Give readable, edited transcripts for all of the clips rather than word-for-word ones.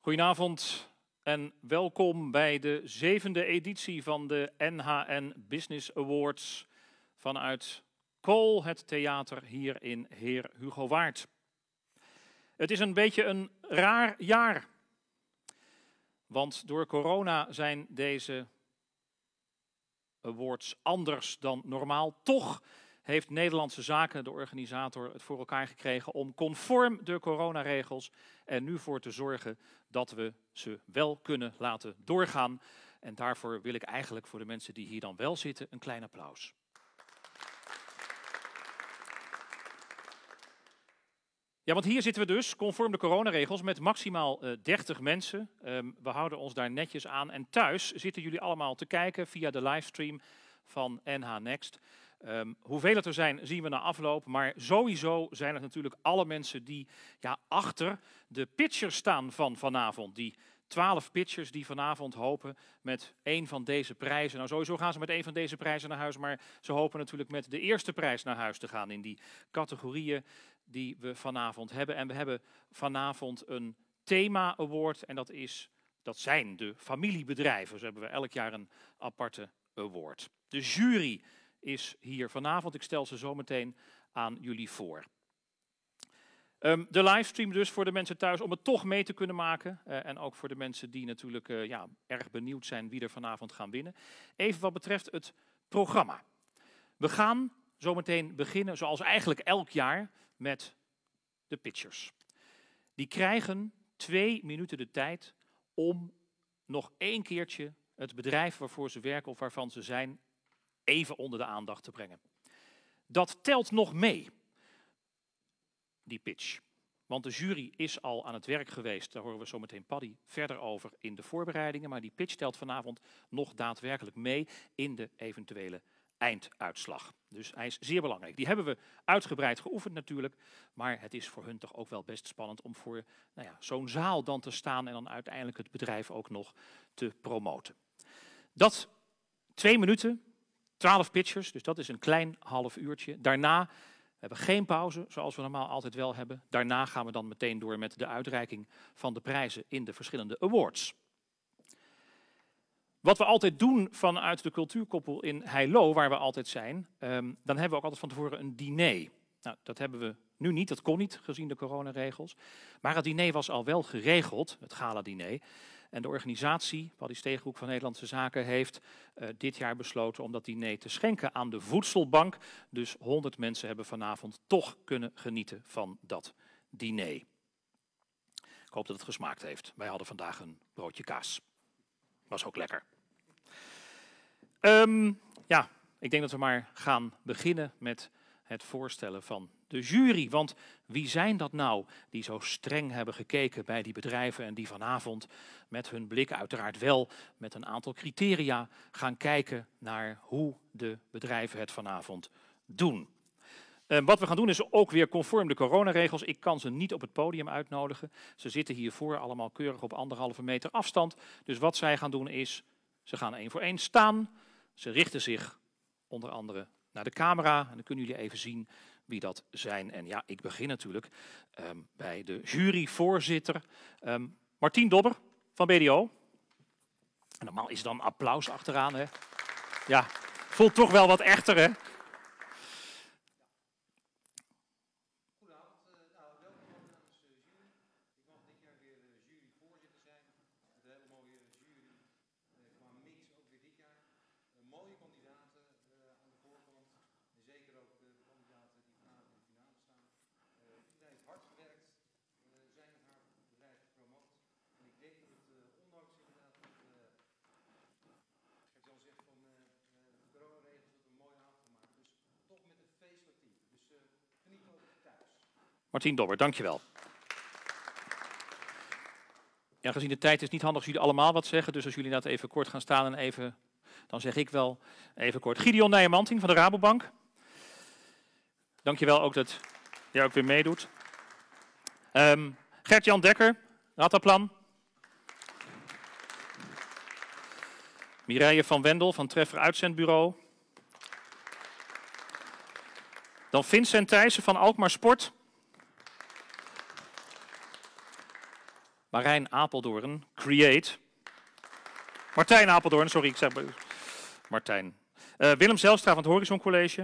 Goedenavond en welkom bij de 7e editie van de NHN Business Awards vanuit Kool, het theater hier in Heer Hugo Waard. Het is een beetje een raar jaar, want door corona zijn deze awards anders dan normaal. Toch heeft Nederlandse Zaken, de organisator, het voor elkaar gekregen om conform de coronaregels er nu voor te zorgen dat we ze wel kunnen laten doorgaan. En daarvoor wil ik eigenlijk voor de mensen die hier dan wel zitten een klein applaus. Ja, want hier zitten we dus, conform de coronaregels, met maximaal 30 mensen. We houden ons daar netjes aan. En thuis zitten jullie allemaal te kijken via de livestream van NH Next. Hoeveel het er zijn, zien we na afloop. Maar sowieso zijn het natuurlijk alle mensen die achter de pitchers staan van vanavond. Die 12 pitchers die vanavond hopen met een van deze prijzen. Nou, sowieso gaan ze met een van deze prijzen naar huis. Maar ze hopen natuurlijk met de eerste prijs naar huis te gaan in die categorieën die we vanavond hebben. En we hebben vanavond een thema-award en dat zijn de familiebedrijven. Zo hebben we elk jaar een aparte award. De jury is hier vanavond. Ik stel ze zo meteen aan jullie voor. De livestream dus voor de mensen thuis om het toch mee te kunnen maken. En ook voor de mensen die natuurlijk erg benieuwd zijn wie er vanavond gaan winnen. Even wat betreft het programma. We gaan zo meteen beginnen, zoals eigenlijk elk jaar, met de pitchers. Die krijgen 2 minuten de tijd om nog 1 keertje het bedrijf waarvoor ze werken of waarvan ze zijn even onder de aandacht te brengen. Dat telt nog mee, die pitch. Want de jury is al aan het werk geweest. Daar horen we zo meteen Paddy verder over in de voorbereidingen. Maar die pitch telt vanavond nog daadwerkelijk mee in de eventuele einduitslag. Dus hij is zeer belangrijk. Die hebben we uitgebreid geoefend natuurlijk. Maar het is voor hun toch ook wel best spannend om voor zo'n zaal dan te staan en dan uiteindelijk het bedrijf ook nog te promoten. Dat 2 minuten, 12 pitchers, dus dat is een klein half uurtje. Daarna we hebben geen pauze, zoals we normaal altijd wel hebben. Daarna gaan we dan meteen door met de uitreiking van de prijzen in de verschillende awards. Wat we altijd doen vanuit de cultuurkoppel in Heilo, waar we altijd zijn, dan hebben we ook altijd van tevoren een diner. Nou, dat hebben we nu niet, dat kon niet gezien de coronaregels. Maar het diner was al wel geregeld, het gala-diner. En de organisatie, Paddy Stegenbroek van Nederlandse Zaken, heeft dit jaar besloten om dat diner te schenken aan de voedselbank. Dus 100 mensen hebben vanavond toch kunnen genieten van dat diner. Ik hoop dat het gesmaakt heeft. Wij hadden vandaag een broodje kaas. Was ook lekker. Ik denk dat we maar gaan beginnen met het voorstellen van de jury. Want wie zijn dat nou die zo streng hebben gekeken bij die bedrijven en die vanavond met hun blik uiteraard wel met een aantal criteria gaan kijken naar hoe de bedrijven het vanavond doen. Wat we gaan doen is ook weer conform de coronaregels. Ik kan ze niet op het podium uitnodigen. Ze zitten hiervoor allemaal keurig op 1,5 meter afstand. Dus wat zij gaan doen is, ze gaan 1 voor 1 staan. Ze richten zich onder andere naar de camera. En dan kunnen jullie even zien wie dat zijn. En ja, ik begin natuurlijk bij de juryvoorzitter Martien Dobber van BDO. En normaal is dan applaus achteraan, hè? Ja, voelt toch wel wat echter, hè? Martien Dobber, dankjewel. Ja, gezien de tijd is niet handig als jullie allemaal wat zeggen. Dus als jullie inderdaad even kort gaan staan en even, dan zeg ik wel even kort. Gideon Nijmanting van de Rabobank. Dankjewel ook dat jij ook weer meedoet. Gert-Jan Dekker, Rataplan. Mireille van Wendel van Treffer Uitzendbureau. Dan Vincent Thijssen van Alkmaar Sport. Marijn Apeldoorn, Create. Martijn Apeldoorn, sorry, ik zei Martijn. Willem Zijlstra van het Horizon College.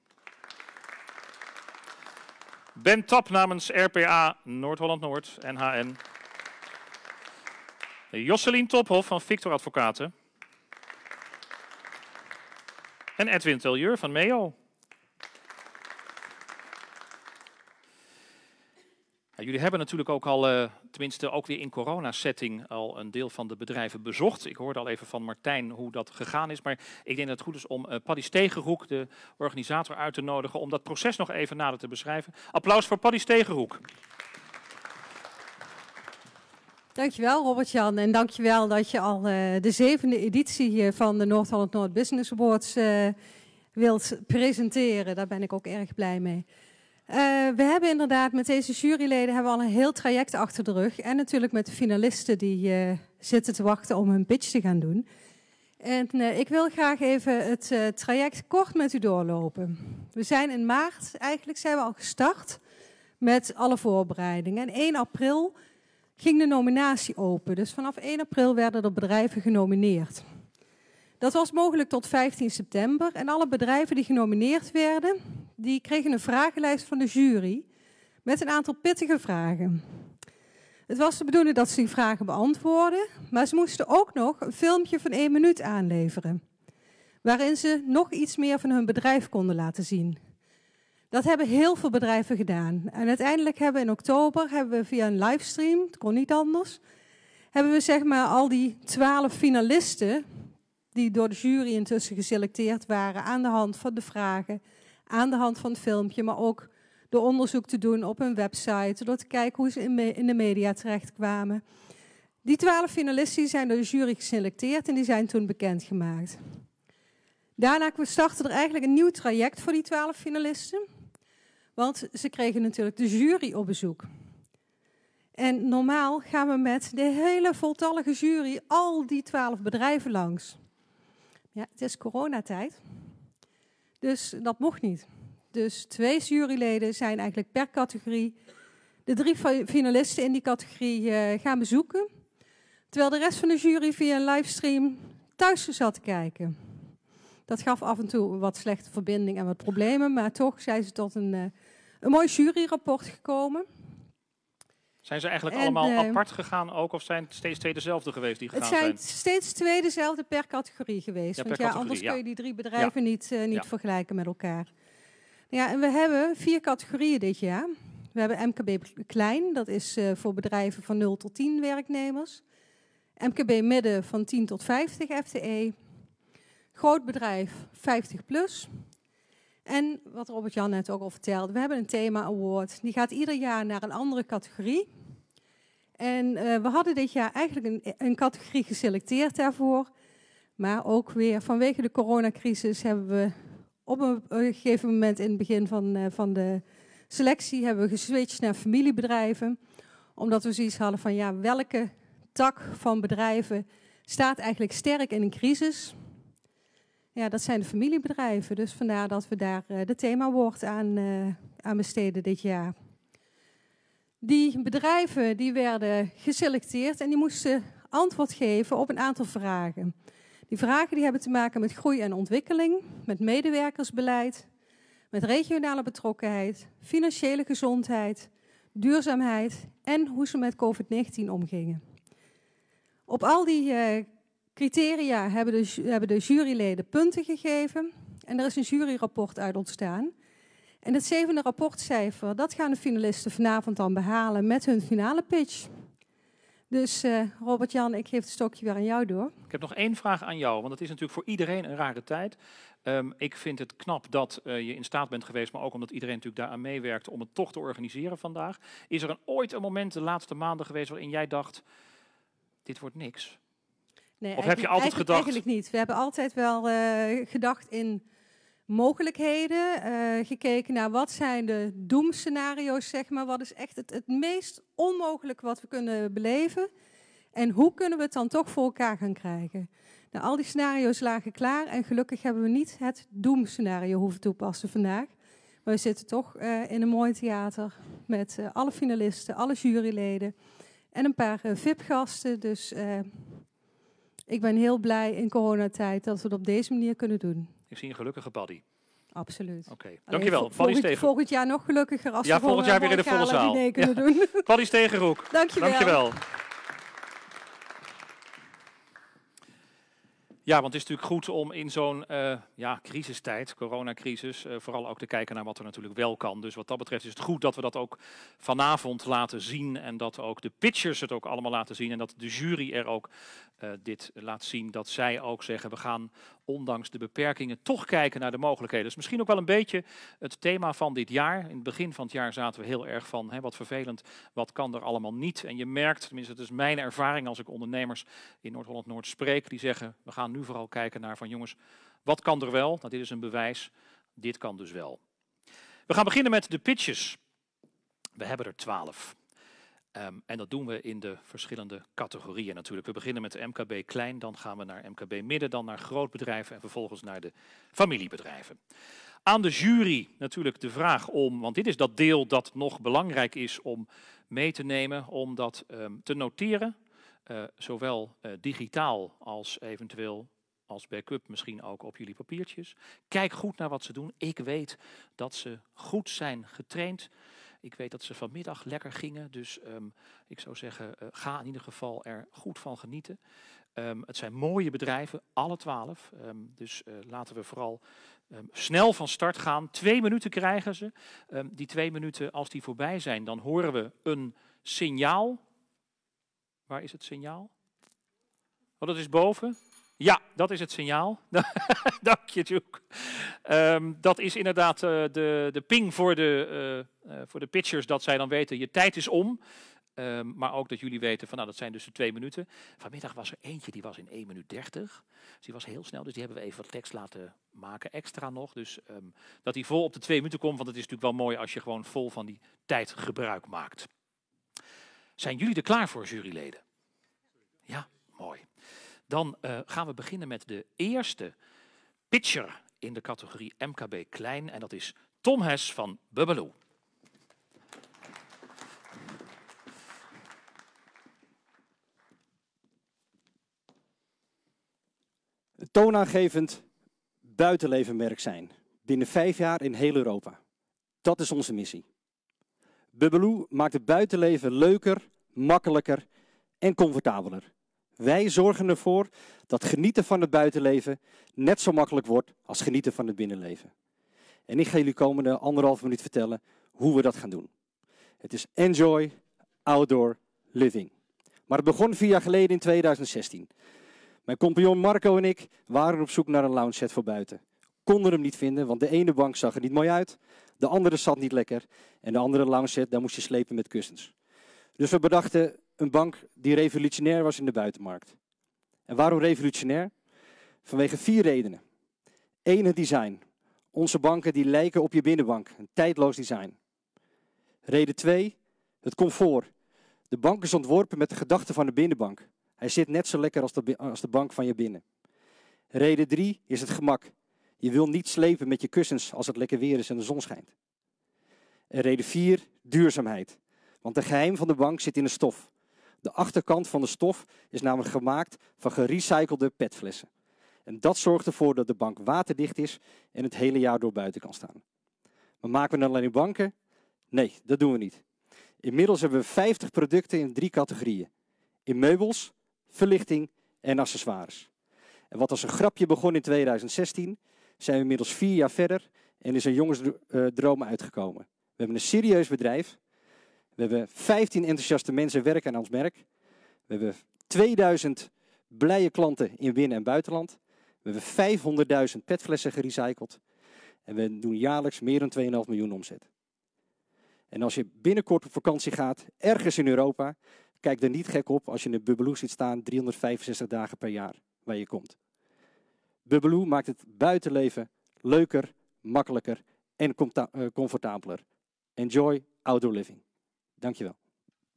Ben Tap namens RPA Noord-Holland-Noord, NHN. Josselien Tophoff van Victor Advocaten. En Edwin Teljeur van MEO. Ja, jullie hebben natuurlijk ook al, tenminste ook weer in coronasetting, al een deel van de bedrijven bezocht. Ik hoorde al even van Martijn hoe dat gegaan is. Maar ik denk dat het goed is om Paddy Stegenhoek, de organisator, uit te nodigen om dat proces nog even nader te beschrijven. Applaus voor Paddy Stegenhoek. Dankjewel Robert-Jan en dankjewel dat je al de 7e editie van de Noord-Holland-Noord Business Awards wilt presenteren. Daar ben ik ook erg blij mee. We hebben inderdaad met deze juryleden hebben we al een heel traject achter de rug. En natuurlijk met de finalisten die zitten te wachten om hun pitch te gaan doen. En ik wil graag even het traject kort met u doorlopen. We zijn in maart, eigenlijk zijn we al gestart met alle voorbereidingen. En 1 april ging de nominatie open. Dus vanaf 1 april werden er bedrijven genomineerd. Dat was mogelijk tot 15 september. En alle bedrijven die genomineerd werden, die kregen een vragenlijst van de jury met een aantal pittige vragen. Het was de bedoeling dat ze die vragen beantwoorden, maar ze moesten ook nog een filmpje van 1 minuut aanleveren, waarin ze nog iets meer van hun bedrijf konden laten zien. Dat hebben heel veel bedrijven gedaan. En uiteindelijk hebben we in oktober via een livestream, het kon niet anders, hebben we zeg maar al die 12 finalisten die door de jury intussen geselecteerd waren aan de hand van de vragen, aan de hand van het filmpje, maar ook door onderzoek te doen op hun website, door te kijken hoe ze in de media terechtkwamen. Die 12 finalisten zijn door de jury geselecteerd en die zijn toen bekendgemaakt. Daarna startte er eigenlijk een nieuw traject voor die 12 finalisten, want ze kregen natuurlijk de jury op bezoek. En normaal gaan we met de hele voltallige jury al die 12 bedrijven langs. Ja, het is coronatijd, dus dat mocht niet. Dus 2 juryleden zijn eigenlijk per categorie de 3 finalisten in die categorie gaan bezoeken. Terwijl de rest van de jury via een livestream thuis zat te kijken. Dat gaf af en toe wat slechte verbinding en wat problemen, maar toch zijn ze tot een mooi juryrapport gekomen. Zijn ze eigenlijk allemaal apart gegaan ook, of zijn het steeds 2 dezelfde geweest die gegaan zijn? Het zijn steeds 2 dezelfde per categorie geweest. Ja, want categorie, anders kun je die 3 bedrijven niet Ja. vergelijken met elkaar. Ja, en we hebben 4 categorieën dit jaar. We hebben MKB klein, dat is voor bedrijven van 0 tot 10 werknemers. MKB midden van 10 tot 50 FTE. Groot bedrijf 50 plus. En wat Robert-Jan net ook al vertelde, we hebben een thema award. Die gaat ieder jaar naar een andere categorie. En we hadden dit jaar eigenlijk een categorie geselecteerd daarvoor. Maar ook weer vanwege de coronacrisis hebben we op een gegeven moment in het begin van de selectie hebben we geswitcht naar familiebedrijven. Omdat we zoiets hadden van ja, welke tak van bedrijven staat eigenlijk sterk in een crisis? Ja, dat zijn de familiebedrijven. Dus vandaar dat we daar de thema-award aan besteden dit jaar. Die bedrijven die werden geselecteerd en die moesten antwoord geven op een aantal vragen. Die vragen die hebben te maken met groei en ontwikkeling, met medewerkersbeleid, met regionale betrokkenheid, financiële gezondheid, duurzaamheid en hoe ze met COVID-19 omgingen. Op al die criteria hebben de juryleden punten gegeven en er is een juryrapport uit ontstaan. En het 7e rapportcijfer, dat gaan de finalisten vanavond dan behalen met hun finale pitch. Dus Robert-Jan, ik geef het stokje weer aan jou door. Ik heb nog 1 vraag aan jou, want het is natuurlijk voor iedereen een rare tijd. Ik vind het knap dat je in staat bent geweest, maar ook omdat iedereen natuurlijk daaraan meewerkte om het toch te organiseren vandaag. Is er ooit een moment de laatste maanden geweest waarin jij dacht, dit wordt niks? Nee, of heb je altijd gedacht? Eigenlijk niet. We hebben altijd wel gedacht in mogelijkheden, gekeken naar wat zijn de doemscenario's, zeg maar. Wat is echt het meest onmogelijk wat we kunnen beleven? En hoe kunnen we het dan toch voor elkaar gaan krijgen? Nou, al die scenario's lagen klaar en gelukkig hebben we niet het doemscenario hoeven toepassen vandaag. Maar we zitten toch in een mooi theater met alle finalisten, alle juryleden. en een paar VIP-gasten. Dus ik ben heel blij in coronatijd dat we het op deze manier kunnen doen. Ik zie een gelukkige Paddy. Absoluut. Oké, dankjewel. Paddy Stegenroek. Volgend jaar nog gelukkiger als we volgend jaar weer in de volle zaal kunnen doen. Paddy Stegenroek. Dankjewel. Ja, want het is natuurlijk goed om in zo'n crisistijd, coronacrisis, vooral ook te kijken naar wat er natuurlijk wel kan. Dus wat dat betreft is het goed dat we dat ook vanavond laten zien en dat ook de pitchers het ook allemaal laten zien en dat de jury er ook dit laat zien. Dat zij ook zeggen, we gaan ondanks de beperkingen toch kijken naar de mogelijkheden. Dat is misschien ook wel een beetje het thema van dit jaar. In het begin van het jaar zaten we heel erg van, wat vervelend, wat kan er allemaal niet. En je merkt, tenminste het is mijn ervaring als ik ondernemers in Noord-Holland-Noord spreek, die zeggen, we gaan nu vooral kijken naar van jongens, wat kan er wel? Nou, dit is een bewijs, dit kan dus wel. We gaan beginnen met de pitches. We hebben er 12. En dat doen we in de verschillende categorieën natuurlijk. We beginnen met de MKB klein, dan gaan we naar MKB midden, dan naar grootbedrijven en vervolgens naar de familiebedrijven. Aan de jury natuurlijk de vraag om, want dit is dat deel dat nog belangrijk is om mee te nemen, om dat te noteren. Zowel digitaal als eventueel als backup misschien ook op jullie papiertjes. Kijk goed naar wat ze doen. Ik weet dat ze goed zijn getraind. Ik weet dat ze vanmiddag lekker gingen, dus ik zou zeggen, ga in ieder geval er goed van genieten. Het zijn mooie bedrijven, alle 12. Dus laten we vooral snel van start gaan. 2 minuten krijgen ze. Die 2 minuten, als die voorbij zijn, dan horen we een signaal. Waar is het signaal? Oh, dat is boven. Ja, dat is het signaal. Dank je, Duke. Dat is inderdaad de ping voor de pitchers, dat zij dan weten, je tijd is om. Maar ook dat jullie weten, van, nou, dat zijn dus de 2 minuten. Vanmiddag was er eentje, die was in 1 minuut 30. Dus die was heel snel, dus die hebben we even wat tekst laten maken, extra nog. Dus dat die vol op de 2 minuten komt, want het is natuurlijk wel mooi als je gewoon vol van die tijd gebruik maakt. Zijn jullie er klaar voor, juryleden? Ja, mooi. Dan gaan we beginnen met de eerste pitcher in de categorie MKB Klein. En dat is Tom Hes van Bubbeloe. Toonaangevend buitenlevenmerk zijn. Binnen 5 jaar in heel Europa. Dat is onze missie. Bubbeloe maakt het buitenleven leuker, makkelijker en comfortabeler. Wij zorgen ervoor dat genieten van het buitenleven net zo makkelijk wordt als genieten van het binnenleven. En ik ga jullie komende 1,5 minuut vertellen hoe we dat gaan doen. Het is Enjoy Outdoor Living. Maar het begon 4 jaar geleden in 2016. Mijn compagnon Marco en ik waren op zoek naar een lounge set voor buiten. Konden hem niet vinden, want de ene bank zag er niet mooi uit, de andere zat niet lekker en de andere lounge set, daar moest je slepen met kussens. Dus we bedachten een bank die revolutionair was in de buitenmarkt. En waarom revolutionair? Vanwege 4 redenen. 1, het design. Onze banken die lijken op je binnenbank, een tijdloos design. Reden 2, het comfort. De bank is ontworpen met de gedachte van de binnenbank. Hij zit net zo lekker als de bank van je binnen. Reden 3 is het gemak. Je wil niet slepen met je kussens als het lekker weer is en de zon schijnt. En reden 4, duurzaamheid. Want het geheim van de bank zit in de stof. De achterkant van de stof is namelijk gemaakt van gerecyclede petflessen. En dat zorgt ervoor dat de bank waterdicht is en het hele jaar door buiten kan staan. Maar maken we dan alleen banken? Nee, dat doen we niet. Inmiddels hebben we 50 producten in 3 categorieën. In meubels, verlichting en accessoires. En wat als een grapje begon in 2016, zijn we inmiddels 4 jaar verder en is een jongensdroom uitgekomen. We hebben een serieus bedrijf. We hebben 15 enthousiaste mensen werken aan ons merk. We hebben 2000 blije klanten in binnen- en buitenland. We hebben 500.000 petflessen gerecycled. En we doen jaarlijks meer dan 2,5 miljoen omzet. En als je binnenkort op vakantie gaat, ergens in Europa, kijk er niet gek op als je in de Bubbeloe ziet staan 365 dagen per jaar waar je komt. Bubbeloe maakt het buitenleven leuker, makkelijker en comfortabeler. Enjoy outdoor living. Dankjewel.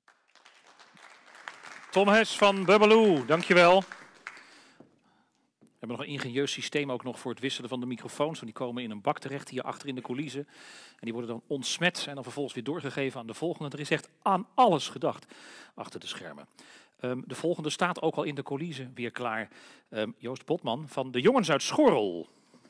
Tom Hes van Bubbeloe, dankjewel. We hebben nog een ingenieus systeem ook nog voor het wisselen van de microfoons. Want die komen in een bak terecht hier achter in de coulissen. En die worden dan ontsmet en dan vervolgens weer doorgegeven aan de volgende. Er is echt aan alles gedacht achter de schermen. De volgende staat ook al in de coulissen weer klaar. Joost Botman van de Jongens uit Schorrel.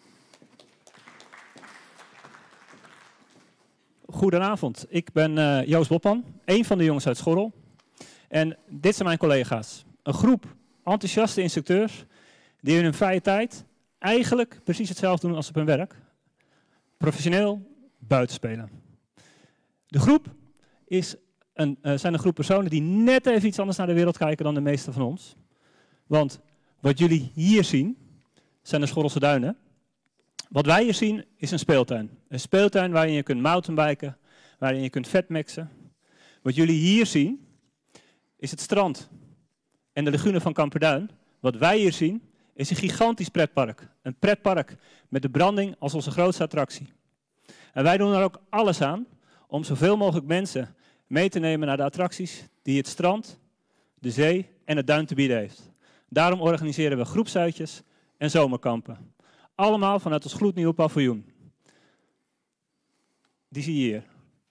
Goedenavond, ik ben Joost Botman, een van de jongens uit Schorrel. En dit zijn mijn collega's. Een groep enthousiaste instructeurs die in hun vrije tijd eigenlijk precies hetzelfde doen als op hun werk. Professioneel buiten spelen. De groep zijn een groep personen die net even iets anders naar de wereld kijken dan de meeste van ons. Want wat jullie hier zien, zijn de Schorrelse duinen. Wat wij hier zien is een speeltuin. Een speeltuin waarin je kunt mountainbiken, waarin je kunt vetmaxen. Wat jullie hier zien is het strand en de lagune van Kamperduin. Wat wij hier zien is een gigantisch pretpark. Een pretpark met de branding als onze grootste attractie. En wij doen er ook alles aan om zoveel mogelijk mensen mee te nemen naar de attracties die het strand, de zee en het duin te bieden heeft. Daarom organiseren we groepsuitjes en zomerkampen. Allemaal vanuit ons gloednieuwe paviljoen. Die zie je hier.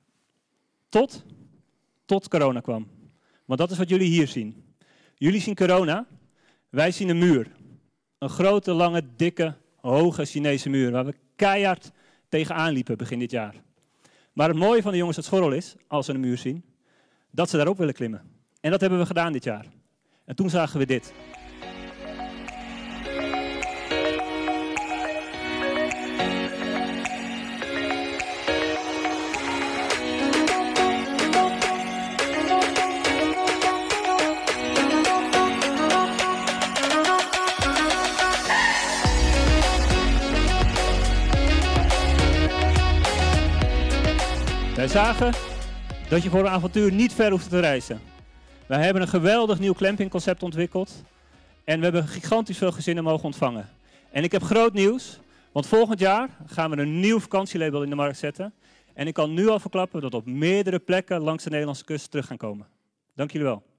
Tot corona kwam. Want dat is wat jullie hier zien. Jullie zien corona, wij zien een muur. Een grote, lange, dikke, hoge Chinese muur waar we keihard tegenaan liepen begin dit jaar. Maar het mooie van de jongens uit Schorrel is, als ze een muur zien, dat ze daarop willen klimmen. En dat hebben we gedaan dit jaar. En toen zagen we dit. Wij zagen dat je voor een avontuur niet ver hoeft te reizen. Wij hebben een geweldig nieuw campingconcept ontwikkeld. En we hebben gigantisch veel gezinnen mogen ontvangen. En ik heb groot nieuws, want volgend jaar gaan we een nieuw vakantielabel in de markt zetten. En ik kan nu al verklappen dat op meerdere plekken langs de Nederlandse kust terug gaan komen. Dank jullie wel.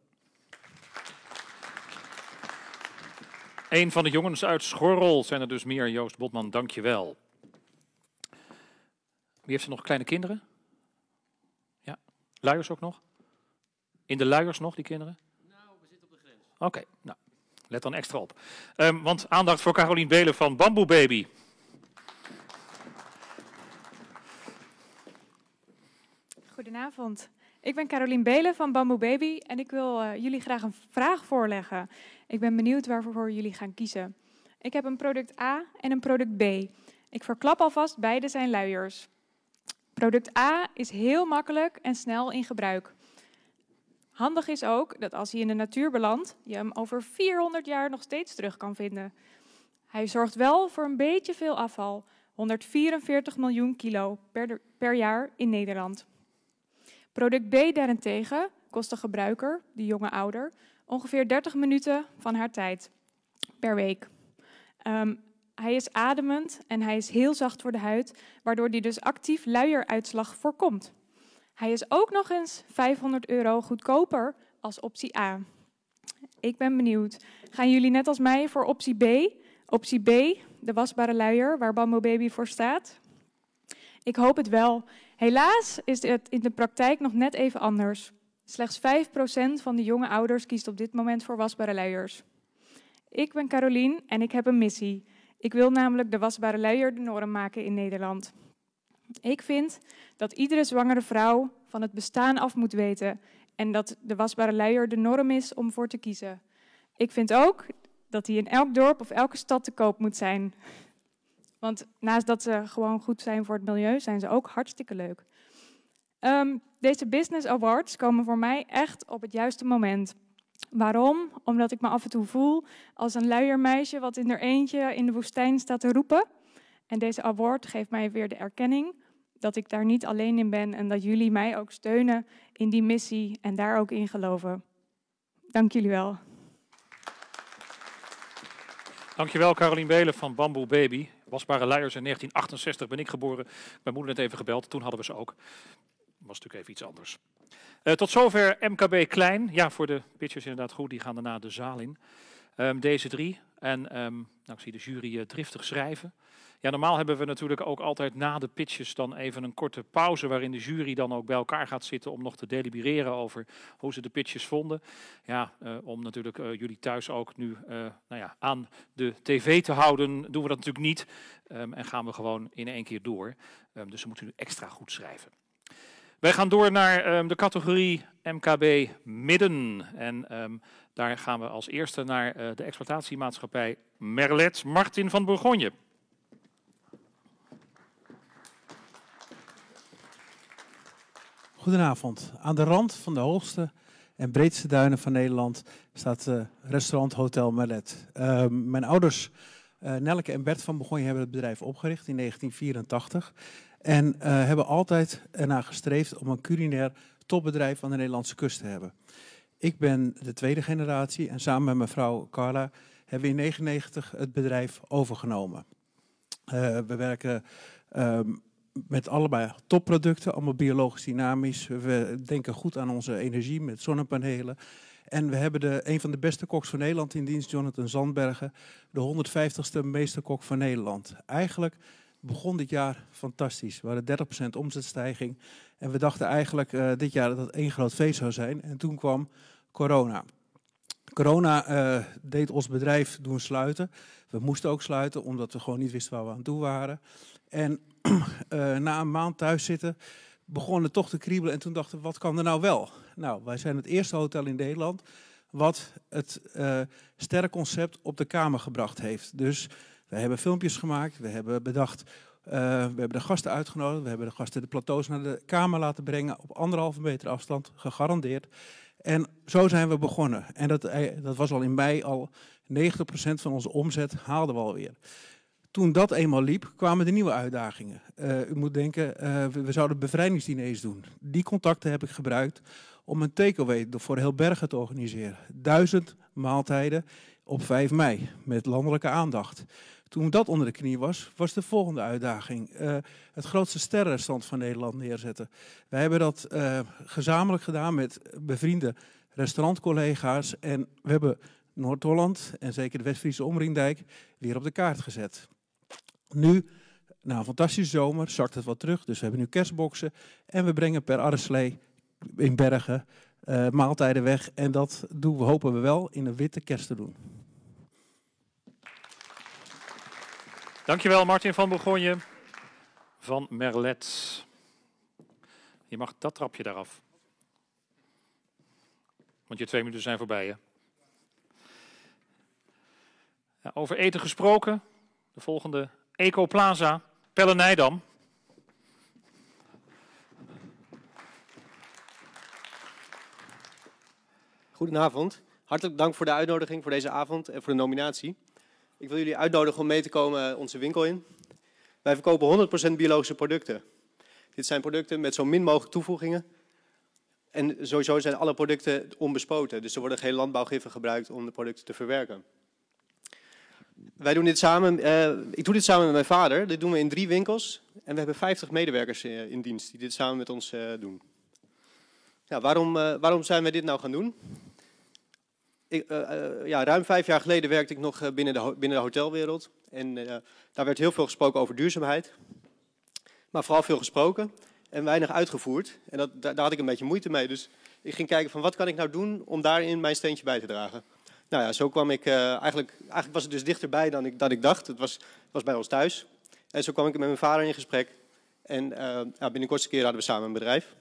Een van de jongens uit Schorrel zijn er dus meer. Joost Botman, dank je wel. Wie heeft er nog kleine kinderen? Ja, luiers ook nog? In de luiers nog, die kinderen? Nou, we zitten op de grens. Oké, nou, let dan extra op. Want aandacht voor Carolien Belen van Bamboe Baby. Goedenavond. Ik ben Carolien Belen van Bamboe Baby en ik wil jullie graag een vraag voorleggen. Ik ben benieuwd waarvoor jullie gaan kiezen. Ik heb een product A en een product B. Ik verklap alvast, beide zijn luiers. Product A is heel makkelijk en snel in gebruik. Handig is ook dat als hij in de natuur belandt, je hem over 400 jaar nog steeds terug kan vinden. Hij zorgt wel voor een beetje veel afval, 144 miljoen kilo per jaar in Nederland. Product B daarentegen kost de gebruiker, de jonge ouder, ongeveer 30 minuten van haar tijd per week. Hij is ademend en hij is heel zacht voor de huid, waardoor hij dus actief luieruitslag voorkomt. Hij is ook nog eens €500 goedkoper als optie A. Ik ben benieuwd, gaan jullie net als mij voor optie B? Optie B, de wasbare luier waar Bamboe Baby voor staat? Ik hoop het wel. Helaas is het in de praktijk nog net even anders. Slechts 5% van de jonge ouders kiest op dit moment voor wasbare luiers. Ik ben Carolien en ik heb een missie. Ik wil namelijk de wasbare luier de norm maken in Nederland. Ik vind dat iedere zwangere vrouw van het bestaan af moet weten en dat de wasbare luier de norm is om voor te kiezen. Ik vind ook dat die in elk dorp of elke stad te koop moet zijn. Want naast dat ze gewoon goed zijn voor het milieu, zijn ze ook hartstikke leuk. Deze Business Awards komen voor mij echt op het juiste moment. Waarom? Omdat ik me af en toe voel als een luiermeisje wat in haar eentje in de woestijn staat te roepen. En deze award geeft mij weer de erkenning dat ik daar niet alleen in ben en dat jullie mij ook steunen in die missie en daar ook in geloven. Dank jullie wel. Dankjewel Carolien Belen van Bamboe Baby. Wasbare luiers in 1968 ben ik geboren. Mijn moeder net even gebeld, toen hadden we ze ook. Was natuurlijk even iets anders. Tot zover MKB Klein. Ja, voor de pitchers inderdaad goed, die gaan daarna de zaal in. deze 3. En nou, ik zie de jury driftig schrijven. Ja, normaal hebben we natuurlijk ook altijd na de pitches dan even een korte pauze waarin de jury dan ook bij elkaar gaat zitten om nog te delibereren over hoe ze de pitches vonden. Ja, om natuurlijk jullie thuis ook nu aan de tv te houden, doen we dat natuurlijk niet. En gaan we gewoon in één keer door. Dus we moeten nu extra goed schrijven. Wij gaan door naar de categorie MKB Midden. En daar gaan we als eerste naar de exploitatiemaatschappij Merlet Martin van Bourgogne. Goedenavond. Aan de rand van de hoogste en breedste duinen van Nederland staat restaurant Hotel Merlet. Mijn ouders Nelleke en Bert van Bourgogne hebben het bedrijf opgericht in 1984. En hebben altijd ernaar gestreefd om een culinair topbedrijf aan de Nederlandse kust te hebben. Ik ben de tweede generatie en samen met mijn vrouw Carla hebben we in 1999 het bedrijf overgenomen. We werken met allebei topproducten, allemaal biologisch dynamisch. We denken goed aan onze energie met zonnepanelen. En we hebben een van de beste koks van Nederland in dienst, Jonathan Zandbergen, de 150ste meesterkok van Nederland. Eigenlijk begon dit jaar fantastisch. We hadden 30% omzetstijging. En we dachten eigenlijk dit jaar dat het één groot feest zou zijn. En toen kwam corona. Corona deed ons bedrijf doen sluiten. We moesten ook sluiten, omdat we gewoon niet wisten waar we aan toe waren. En na een maand thuis zitten, begon het toch te kriebelen. En toen dachten we, wat kan er nou wel? Nou, wij zijn het eerste hotel in Nederland wat het sterrenconcept op de kamer gebracht heeft. Dus we hebben filmpjes gemaakt, we hebben bedacht, we hebben de gasten uitgenodigd, we hebben de gasten de plateaus naar de kamer laten brengen op 1,5 meter afstand, gegarandeerd. En zo zijn we begonnen. En dat was al in mei, al 90% van onze omzet haalden we alweer. Toen dat eenmaal liep, kwamen de nieuwe uitdagingen. U moet denken, we zouden bevrijdingsdiners doen. Die contacten heb ik gebruikt om een takeaway voor heel Bergen te organiseren. 1000 maaltijden op 5 mei, met landelijke aandacht. Toen dat onder de knie was, was de volgende uitdaging. Het grootste sterrenrestaurant van Nederland neerzetten. Wij hebben dat gezamenlijk gedaan met bevriende restaurantcollega's. En we hebben Noord-Holland en zeker de West-Friese Omringdijk weer op de kaart gezet. Nu, na een fantastische zomer, zakt het wat terug. Dus we hebben nu kerstboxen en we brengen per arreslee in Bergen maaltijden weg. En dat hopen we wel in een witte kerst te doen. Dankjewel Martin van Bourgogne van Merlet. Je mag dat trapje daaraf. Want je 2 minuten zijn voorbij, hè? Ja, over eten gesproken. De volgende Ecoplaza, Pelle Nijdam. Goedenavond. Hartelijk dank voor de uitnodiging voor deze avond en voor de nominatie. Ik wil jullie uitnodigen om mee te komen onze winkel in. Wij verkopen 100% biologische producten. Dit zijn producten met zo min mogelijk toevoegingen. En sowieso zijn alle producten onbespoten. Dus er worden geen landbouwgiffen gebruikt om de producten te verwerken. Wij doen dit samen. Ik doe dit samen met mijn vader. Dit doen we in 3 winkels. En we hebben 50 medewerkers in dienst die dit samen met ons doen. Ja, waarom zijn wij dit nou gaan doen? Ruim 5 jaar geleden werkte ik nog binnen de hotelwereld. En daar werd heel veel gesproken over duurzaamheid. Maar vooral veel gesproken en weinig uitgevoerd. En daar had ik een beetje moeite mee. Dus ik ging kijken van wat kan ik nou doen om daarin mijn steentje bij te dragen. Nou ja, zo kwam ik, eigenlijk was het dus dichterbij dan ik dacht. Het was bij ons thuis. En zo kwam ik met mijn vader in gesprek. En binnen de kortste keer hadden we samen een bedrijf.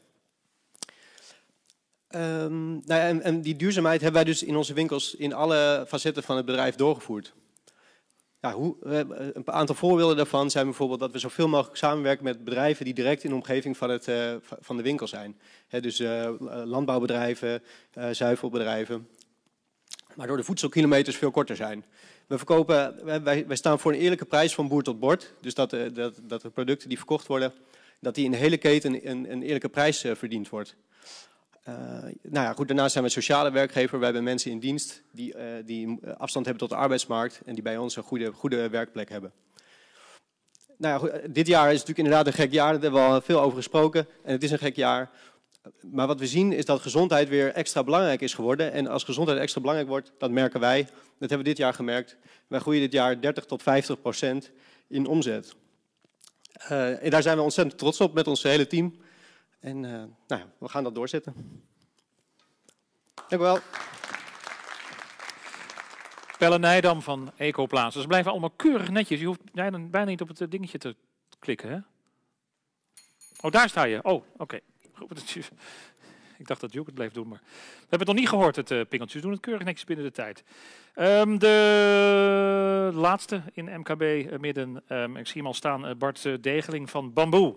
En die duurzaamheid hebben wij dus in onze winkels in alle facetten van het bedrijf doorgevoerd. Ja, een aantal voorbeelden daarvan zijn bijvoorbeeld dat we zoveel mogelijk samenwerken met bedrijven die direct in de omgeving van de winkel zijn. Dus landbouwbedrijven, zuivelbedrijven, waardoor de voedselkilometers veel korter zijn. Wij staan voor een eerlijke prijs van boer tot bord. Dus dat de producten die verkocht worden, dat die in de hele keten een eerlijke prijs verdiend wordt. Daarnaast zijn we een sociale werkgever. We hebben mensen in dienst die afstand hebben tot de arbeidsmarkt en die bij ons een goede werkplek hebben. Dit jaar is natuurlijk inderdaad een gek jaar. Daar hebben we al veel over gesproken. En het is een gek jaar. Maar wat we zien is dat gezondheid weer extra belangrijk is geworden. En als gezondheid extra belangrijk wordt, dat merken wij. Dat hebben we dit jaar gemerkt. Wij groeien dit jaar 30 tot 50% in omzet. En daar zijn we ontzettend trots op met ons hele team. En we gaan dat doorzetten. Dank u wel. Pelle Nijdam van Ecoplaza. Ze blijven allemaal keurig netjes. Je hoeft bijna niet op het dingetje te klikken, hè? Oh, daar sta je. Oh, oké. Ik dacht dat Joek het bleef doen, maar we hebben het nog niet gehoord, het pingeltje. We doen het keurig netjes binnen de tijd. De laatste in MKB midden. Ik zie hem al staan, Bart Degeling van Bamboe.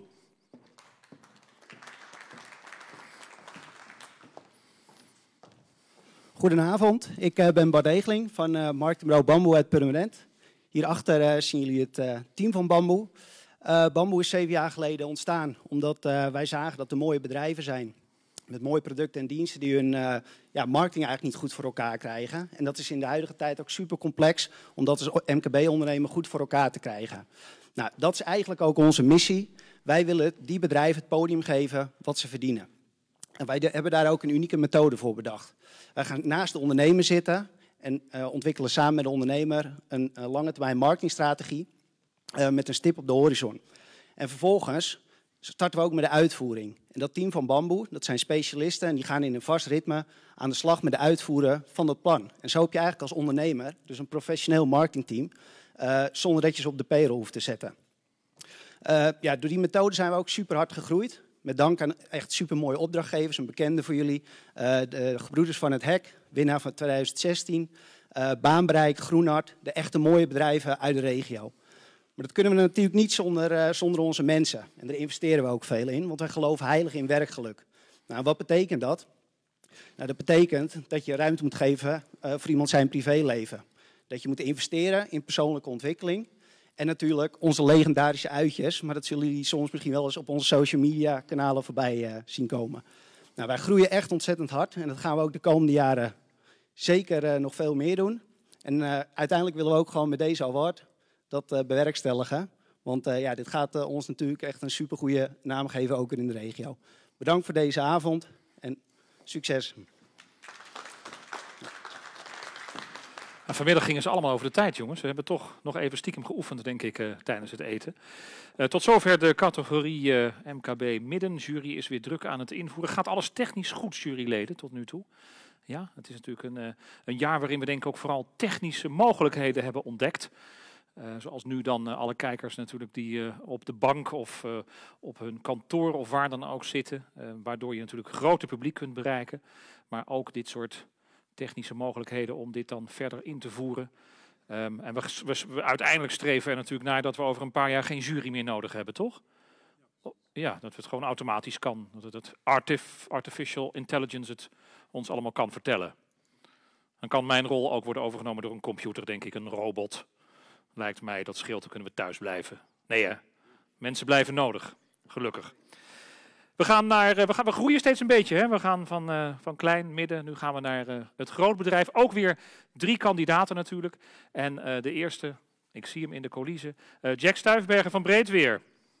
Goedenavond, ik ben Bart Degeling van marketingbureau Bamboe uit Purmerend. Hierachter zien jullie het team van Bamboe. Bamboe is 7 jaar geleden ontstaan omdat wij zagen dat er mooie bedrijven zijn met mooie producten en diensten die hun marketing eigenlijk niet goed voor elkaar krijgen. En dat is in de huidige tijd ook super complex om dat als MKB-ondernemer goed voor elkaar te krijgen. Nou, dat is eigenlijk ook onze missie. Wij willen die bedrijven het podium geven wat ze verdienen. En wij hebben daar ook een unieke methode voor bedacht. Wij gaan naast de ondernemer zitten en ontwikkelen samen met de ondernemer een lange termijn marketingstrategie met een stip op de horizon. En vervolgens starten we ook met de uitvoering. En dat team van Bamboe, dat zijn specialisten en die gaan in een vast ritme aan de slag met de uitvoeren van dat plan. En zo heb je eigenlijk als ondernemer dus een professioneel marketingteam zonder dat je ze op de payroll hoeft te zetten. Door die methode zijn we ook super hard gegroeid. Met dank aan echt supermooie opdrachtgevers, een bekende voor jullie. De Gebroeders van het Hek, winnaar van 2016. Baanbereik, Groenhart, de echte mooie bedrijven uit de regio. Maar dat kunnen we natuurlijk niet zonder onze mensen. En daar investeren we ook veel in, want wij geloven heilig in werkgeluk. Nou, wat betekent dat? Nou, dat betekent dat je ruimte moet geven voor iemand zijn privéleven. Dat je moet investeren in persoonlijke ontwikkeling. En natuurlijk onze legendarische uitjes, maar dat zullen jullie soms misschien wel eens op onze social media kanalen voorbij zien komen. Nou, wij groeien echt ontzettend hard en dat gaan we ook de komende jaren zeker nog veel meer doen. En uiteindelijk willen we ook gewoon met deze award dat bewerkstelligen. Want dit gaat ons natuurlijk echt een supergoeie naam geven, ook in de regio. Bedankt voor deze avond en succes. Vanmiddag gingen ze allemaal over de tijd, jongens. We hebben toch nog even stiekem geoefend, denk ik, tijdens het eten. Tot zover de categorie MKB Midden. Jury is weer druk aan het invoeren. Gaat alles technisch goed, juryleden, tot nu toe? Ja, het is natuurlijk een jaar waarin we denk ik ook vooral technische mogelijkheden hebben ontdekt. Zoals nu dan alle kijkers natuurlijk die op de bank of op hun kantoor of waar dan ook zitten. Waardoor je natuurlijk een groter publiek kunt bereiken. Maar ook dit soort technische mogelijkheden om dit dan verder in te voeren. En we uiteindelijk streven er natuurlijk naar dat we over een paar jaar geen jury meer nodig hebben, toch? Ja, dat het gewoon automatisch kan. Dat het artificial intelligence het ons allemaal kan vertellen. Dan kan mijn rol ook worden overgenomen door een computer, denk ik, een robot. Lijkt mij, dat scheelt, dan kunnen we thuis blijven. Nee hè, mensen blijven nodig, gelukkig. We groeien steeds een beetje. Hè? We gaan van klein, midden, nu gaan we naar het grootbedrijf. Ook weer 3 kandidaten natuurlijk. En de eerste, ik zie hem in de coulissen, Jack Stuyfbergen van Breedweer.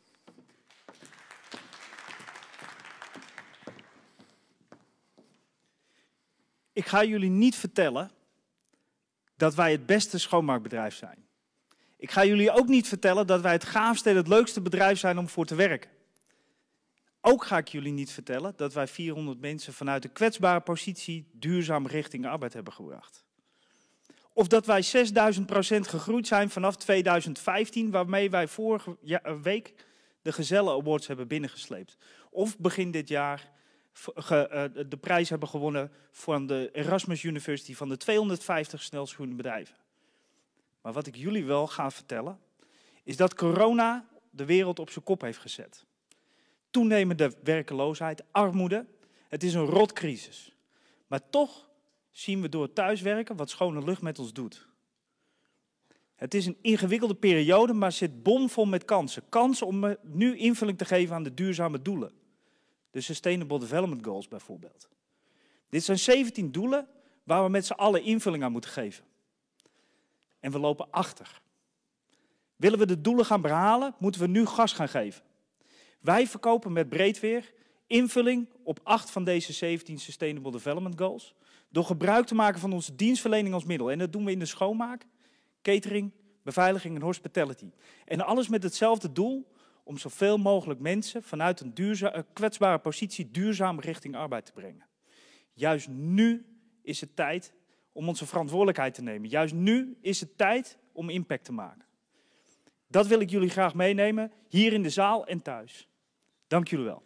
Ik ga jullie niet vertellen dat wij het beste schoonmaakbedrijf zijn. Ik ga jullie ook niet vertellen dat wij het gaafste en het leukste bedrijf zijn om voor te werken. Ook ga ik jullie niet vertellen dat wij 400 mensen vanuit een kwetsbare positie duurzaam richting arbeid hebben gebracht. Of dat wij 6000% gegroeid zijn vanaf 2015, waarmee wij vorige week de Gezellen Awards hebben binnengesleept. Of begin dit jaar de prijs hebben gewonnen van de Erasmus University van de 250 snelst groeiende bedrijven. Maar wat ik jullie wel ga vertellen, is dat corona de wereld op zijn kop heeft gezet. Toenemende werkeloosheid, armoede, het is een rotcrisis. Maar toch zien we door thuiswerken wat schone lucht met ons doet. Het is een ingewikkelde periode, maar zit bomvol met kansen. Kansen om nu invulling te geven aan de duurzame doelen. De Sustainable Development Goals bijvoorbeeld. Dit zijn 17 doelen waar we met z'n allen invulling aan moeten geven. En we lopen achter. Willen we de doelen gaan behalen, moeten we nu gas gaan geven. Wij verkopen met Breedweer invulling op 8 van deze 17 Sustainable Development Goals. Door gebruik te maken van onze dienstverlening als middel. En dat doen we in de schoonmaak, catering, beveiliging en hospitality. En alles met hetzelfde doel om zoveel mogelijk mensen vanuit een kwetsbare positie duurzaam richting arbeid te brengen. Juist nu is het tijd om onze verantwoordelijkheid te nemen. Juist nu is het tijd om impact te maken. Dat wil ik jullie graag meenemen, hier in de zaal en thuis. Dank jullie wel.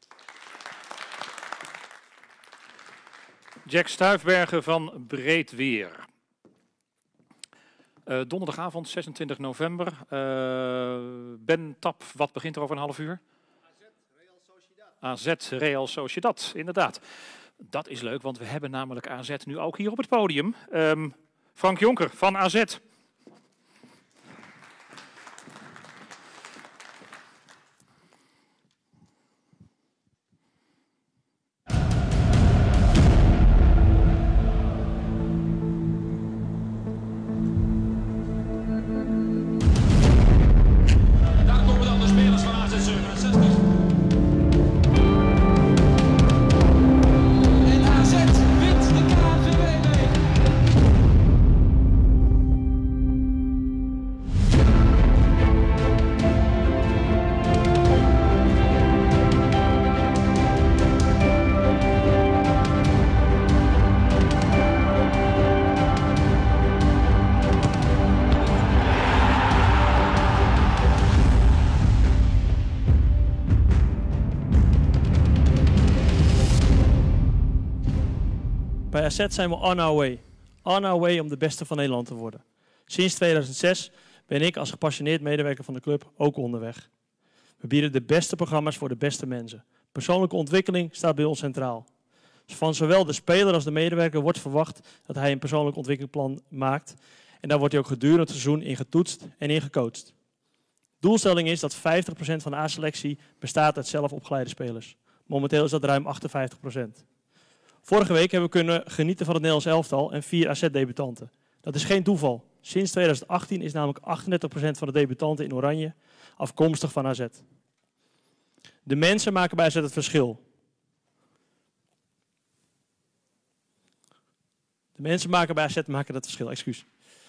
Jack Stuifbergen van Breedweer. Donderdagavond, 26 november. Ben Tap, wat begint er over een half uur? AZ Real Sociedad, inderdaad. Dat is leuk, want we hebben namelijk AZ nu ook hier op het podium. Frank Jonker van AZ. Bij AZ zijn we on our way. On our way om de beste van Nederland te worden. Sinds 2006 ben ik als gepassioneerd medewerker van de club ook onderweg. We bieden de beste programma's voor de beste mensen. Persoonlijke ontwikkeling staat bij ons centraal. Van zowel de speler als de medewerker wordt verwacht dat hij een persoonlijk ontwikkelingsplan maakt. En daar wordt hij ook gedurende het seizoen in getoetst en in gecoacht. Doelstelling is dat 50% van de A-selectie bestaat uit zelf opgeleide spelers. Momenteel is dat ruim 58%. Vorige week hebben we kunnen genieten van het Nederlands elftal en 4 AZ-debutanten. Dat is geen toeval. Sinds 2018 is namelijk 38% van de debutanten in Oranje afkomstig van AZ. De mensen maken bij AZ het verschil. De mensen maken bij AZ maken dat verschil, excuus.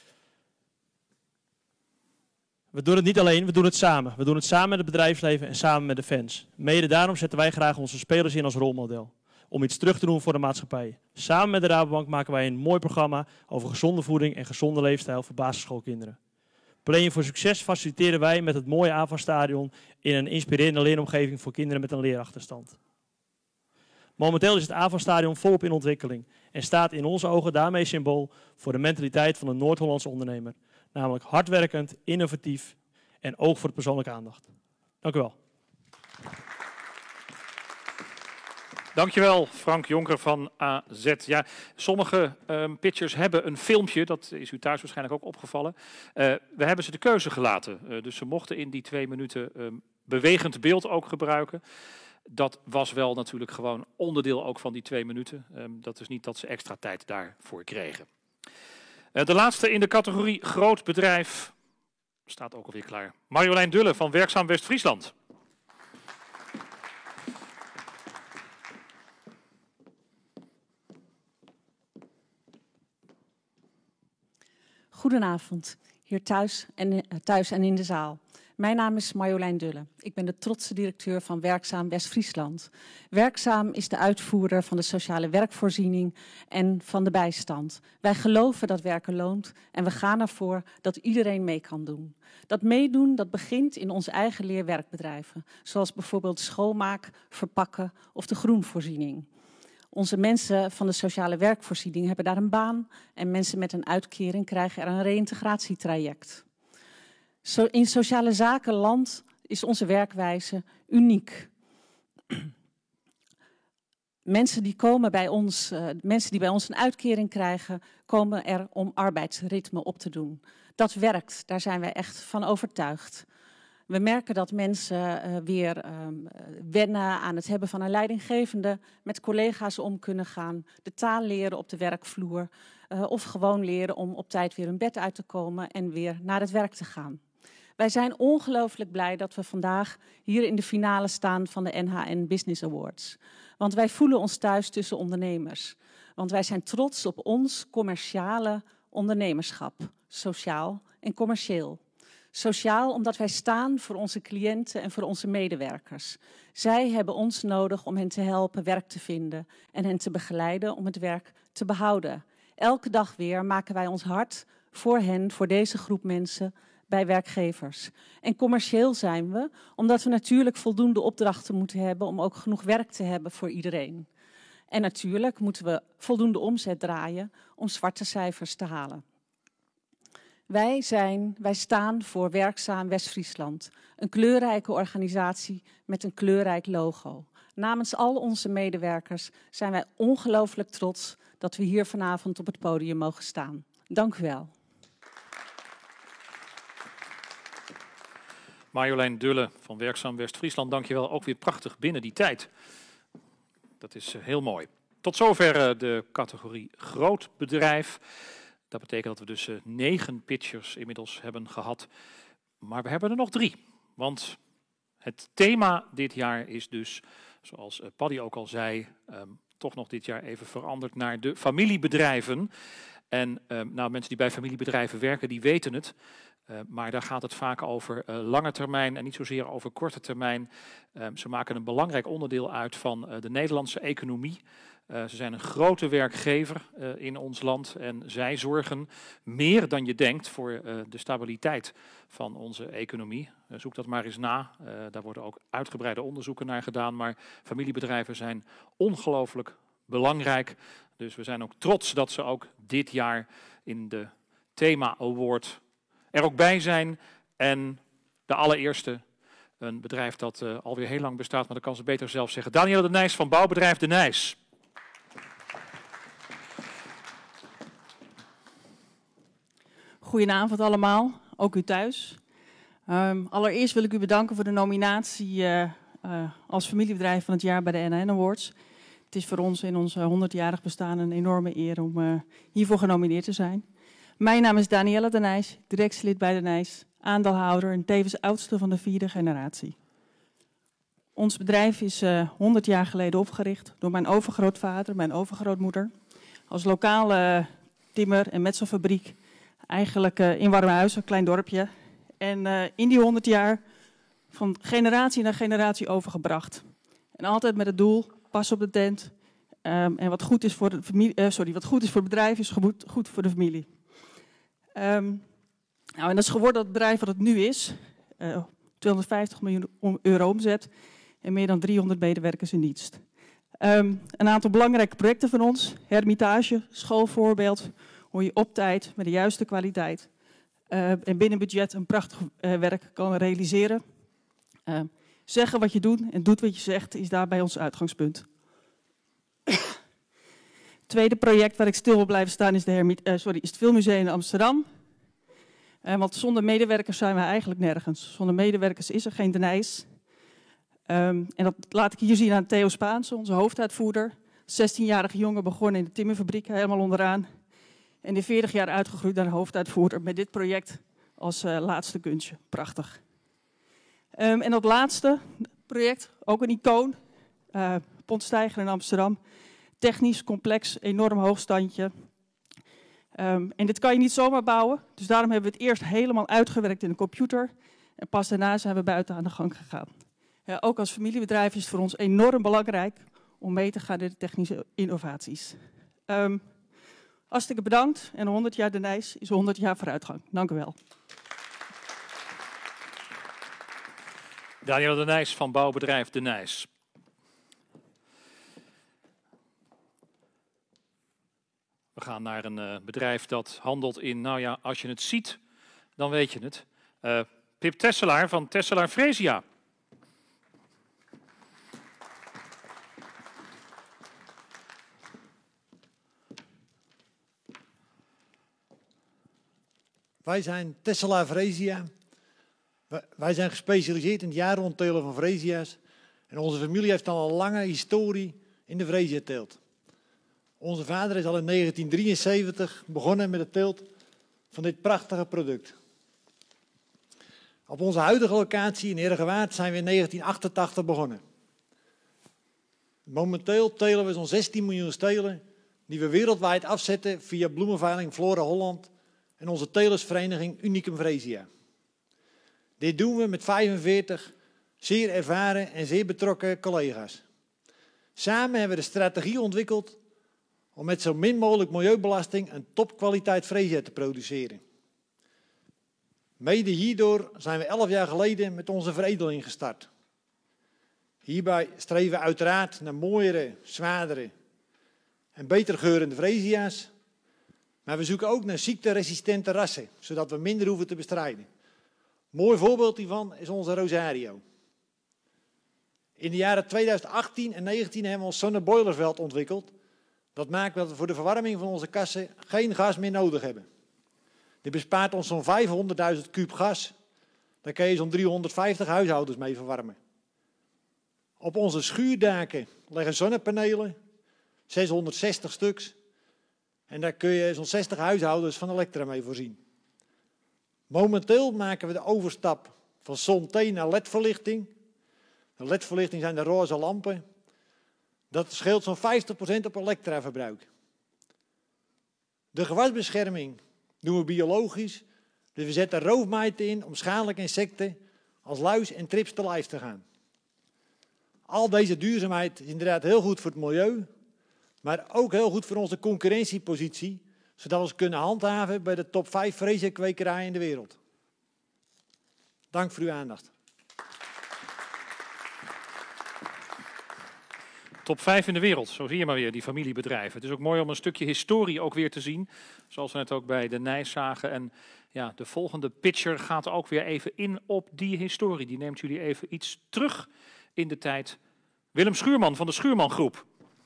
We doen het niet alleen, we doen het samen. We doen het samen met het bedrijfsleven en samen met de fans. Mede daarom zetten wij graag onze spelers in als rolmodel. Om iets terug te doen voor de maatschappij. Samen met de Rabobank maken wij een mooi programma over gezonde voeding en gezonde leefstijl voor basisschoolkinderen. Plan voor succes faciliteren wij met het mooie AVA-stadion in een inspirerende leeromgeving voor kinderen met een leerachterstand. Momenteel is het AVA-stadion volop in ontwikkeling en staat in onze ogen daarmee symbool voor de mentaliteit van een Noord-Hollandse ondernemer. Namelijk hardwerkend, innovatief en oog voor de persoonlijke aandacht. Dank u wel. Dankjewel, Frank Jonker van AZ. Ja, sommige pitchers hebben een filmpje, dat is u thuis waarschijnlijk ook opgevallen. We hebben ze de keuze gelaten, dus ze mochten in die 2 minuten bewegend beeld ook gebruiken. Dat was wel natuurlijk gewoon onderdeel ook van die 2 minuten. Dat is niet dat ze extra tijd daarvoor kregen. De laatste in de categorie groot bedrijf staat ook alweer klaar. Marjolein Dulle van Werkzaam West-Friesland. Goedenavond, hier thuis en in de zaal. Mijn naam is Marjolein Dulle. Ik ben de trotse directeur van Werkzaam West-Friesland. Werkzaam is de uitvoerder van de sociale werkvoorziening en van de bijstand. Wij geloven dat werken loont en we gaan ervoor dat iedereen mee kan doen. Dat meedoen dat begint in onze eigen leerwerkbedrijven, zoals bijvoorbeeld schoonmaak, verpakken of de groenvoorziening. Onze mensen van de sociale werkvoorziening hebben daar een baan en mensen met een uitkering krijgen er een reïntegratietraject. In sociale zakenland is onze werkwijze uniek. Mensen die bij ons een uitkering krijgen, komen er om arbeidsritme op te doen. Dat werkt, daar zijn wij echt van overtuigd. We merken dat mensen weer wennen aan het hebben van een leidinggevende, met collega's om kunnen gaan, de taal leren op de werkvloer of gewoon leren om op tijd weer hun bed uit te komen en weer naar het werk te gaan. Wij zijn ongelooflijk blij dat we vandaag hier in de finale staan van de NHN Business Awards. Want wij voelen ons thuis tussen ondernemers. Want wij zijn trots op ons commerciale ondernemerschap, sociaal en commercieel. Sociaal omdat wij staan voor onze cliënten en voor onze medewerkers. Zij hebben ons nodig om hen te helpen werk te vinden en hen te begeleiden om het werk te behouden. Elke dag weer maken wij ons hart voor hen, voor deze groep mensen, bij werkgevers. En commercieel zijn we, omdat we natuurlijk voldoende opdrachten moeten hebben om ook genoeg werk te hebben voor iedereen. En natuurlijk moeten we voldoende omzet draaien om zwarte cijfers te halen. Wij staan voor Werkzaam West-Friesland, een kleurrijke organisatie met een kleurrijk logo. Namens al onze medewerkers zijn wij ongelooflijk trots dat we hier vanavond op het podium mogen staan. Dank u wel. Marjolein Dulle van Werkzaam West-Friesland, dankjewel. Ook weer prachtig binnen die tijd. Dat is heel mooi. Tot zover de categorie groot bedrijf. Dat betekent dat we dus 9 pitchers inmiddels hebben gehad. Maar we hebben er nog 3. Want het thema dit jaar is dus, zoals Paddy ook al zei, toch nog dit jaar even veranderd naar de familiebedrijven. En nou, mensen die bij familiebedrijven werken, die weten het. Maar daar gaat het vaak over lange termijn en niet zozeer over korte termijn. Ze maken een belangrijk onderdeel uit van de Nederlandse economie. Ze zijn een grote werkgever in ons land en zij zorgen meer dan je denkt voor de stabiliteit van onze economie. Zoek dat maar eens na. Daar worden ook uitgebreide onderzoeken naar gedaan, maar familiebedrijven zijn ongelooflijk belangrijk. Dus we zijn ook trots dat ze ook dit jaar in de Thema Award er ook bij zijn. En de allereerste, een bedrijf dat alweer heel lang bestaat, maar dat kan ze beter zelf zeggen. Danielle de Nijs van bouwbedrijf De Nijs. Goedenavond allemaal, ook u thuis. Allereerst wil ik u bedanken voor de nominatie als familiebedrijf van het jaar bij de NHN Awards. Het is voor ons in ons 100-jarig bestaan een enorme eer om hiervoor genomineerd te zijn. Mijn naam is Danielle de Nijs, directielid bij De Nijs, aandeelhouder en tevens oudste van de 4e generatie. Ons bedrijf is 100 jaar geleden opgericht door mijn overgrootvader, mijn overgrootmoeder, als lokale timmer- en metselfabriek. Eigenlijk in Warmhuis, een klein dorpje. En in die 100 jaar van generatie naar generatie overgebracht. En altijd met het doel, pas op de tent. En wat goed is voor de familie, wat goed is voor het bedrijf, is goed voor de familie. Nou, en dat is geworden het bedrijf wat het nu is. 250 miljoen euro omzet en meer dan 300 medewerkers in dienst. Een aantal belangrijke projecten van ons. Hermitage, schoolvoorbeeld. Hoe je op tijd, met de juiste kwaliteit en binnen budget een prachtig werk kan realiseren. Zeggen wat je doet en doet wat je zegt is daarbij ons uitgangspunt. Tweede project waar ik stil wil blijven staan is, is het Filmmuseum in Amsterdam. Want zonder medewerkers zijn we eigenlijk nergens. Zonder medewerkers is er geen De Nijs. En dat laat ik hier zien aan Theo Spaanse, onze hoofduitvoerder. 16-jarige jongen begonnen in de timmerfabriek, helemaal onderaan. En in 40 jaar uitgegroeid naar hoofduitvoerder met dit project als laatste kunstje. Prachtig. En dat laatste project, ook een icoon. Pontsteiger in Amsterdam. Technisch, complex, enorm hoogstandje. En dit kan je niet zomaar bouwen. Dus daarom hebben we het eerst helemaal uitgewerkt in de computer. En pas daarna zijn we buiten aan de gang gegaan. Ook als familiebedrijf is het voor ons enorm belangrijk om mee te gaan in de technische innovaties. Hartstikke bedankt en 100 jaar De Nijs is 100 jaar vooruitgang. Dank u wel. Danielle de Nijs van bouwbedrijf De Nijs. We gaan naar een bedrijf dat handelt in, nou ja, als je het ziet, dan weet je het. Pip Tesselaar van Tesselaar Fresia. Wij zijn Tesselaar Fresia. Wij zijn gespecialiseerd in het jaarrondtelen van freesia's. En onze familie heeft al een lange historie in de freesiateelt. Onze vader is al in 1973 begonnen met het teelt van dit prachtige product. Op onze huidige locatie in Heergewaard zijn we in 1988 begonnen. Momenteel telen we zo'n 16 miljoen stelen die we wereldwijd afzetten via bloemenveiling Flora Holland en onze telersvereniging Unicum Fresia. Dit doen we met 45 zeer ervaren en zeer betrokken collega's. Samen hebben we de strategie ontwikkeld om met zo min mogelijk milieubelasting een topkwaliteit freesia te produceren. Mede hierdoor zijn we 11 jaar geleden met onze veredeling gestart. Hierbij streven we uiteraard naar mooiere, zwaardere en beter geurende freesia's. Maar we zoeken ook naar ziekteresistente rassen, zodat we minder hoeven te bestrijden. Mooi voorbeeld hiervan is onze Rosario. In de jaren 2018 en 2019 hebben we ons zonneboilerveld ontwikkeld. Dat maakt dat we voor de verwarming van onze kassen geen gas meer nodig hebben. Dit bespaart ons zo'n 500.000 kuub gas. Daar kan je zo'n 350 huishoudens mee verwarmen. Op onze schuurdaken liggen zonnepanelen, 660 stuks. En daar kun je zo'n 60 huishoudens van elektra mee voorzien. Momenteel maken we de overstap van zon-T naar LED-verlichting. De LED-verlichting zijn de roze lampen. Dat scheelt zo'n 50% op elektraverbruik. De gewasbescherming doen we biologisch. Dus we zetten roofmijten in om schadelijke insecten als luis en trips te lijf te gaan. Al deze duurzaamheid is inderdaad heel goed voor het milieu, maar ook heel goed voor onze concurrentiepositie, zodat we ons kunnen handhaven bij de top 5 freesia-kwekerijen in de wereld. Dank voor uw aandacht. Top 5 in de wereld, zo zie je maar weer, die familiebedrijven. Het is ook mooi om een stukje historie ook weer te zien, zoals we net ook bij de Nijs zagen. En ja, de volgende pitcher gaat ook weer even in op die historie. Die neemt jullie even iets terug in de tijd. Willem Schuurman van de Schuurman Groep.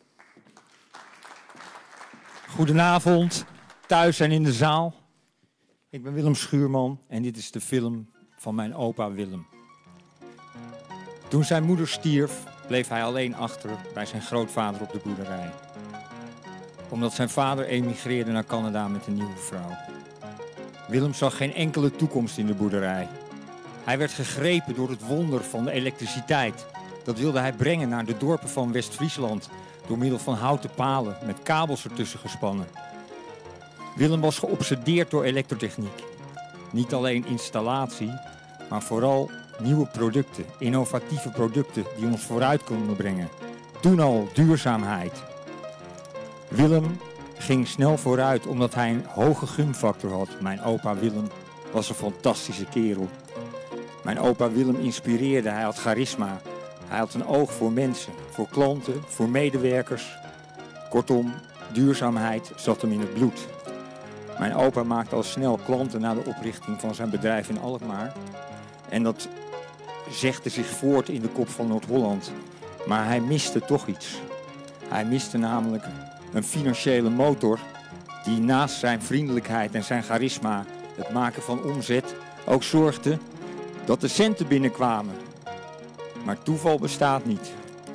Goedenavond, thuis en in de zaal. Ik ben Willem Schuurman en dit is de film van mijn opa Willem. Toen zijn moeder stierf, bleef hij alleen achter bij zijn grootvader op de boerderij. Omdat zijn vader emigreerde naar Canada met een nieuwe vrouw. Willem zag geen enkele toekomst in de boerderij. Hij werd gegrepen door het wonder van de elektriciteit. Dat wilde hij brengen naar de dorpen van West-Friesland door middel van houten palen met kabels ertussen gespannen. Willem was geobsedeerd door elektrotechniek. Niet alleen installatie, maar vooral nieuwe producten, innovatieve producten die ons vooruit konden brengen. Toen al duurzaamheid. Willem ging snel vooruit omdat hij een hoge gumfactor had. Mijn opa Willem was een fantastische kerel. Mijn opa Willem inspireerde, hij had charisma. Hij had een oog voor mensen, voor klanten, voor medewerkers. Kortom, duurzaamheid zat hem in het bloed. Mijn opa maakte al snel klanten na de oprichting van zijn bedrijf in Alkmaar. En dat zegde zich voort in de kop van Noord-Holland. Maar hij miste toch iets. Hij miste namelijk een financiële motor die naast zijn vriendelijkheid en zijn charisma, het maken van omzet, ook zorgde dat de centen binnenkwamen. Maar toeval bestaat niet.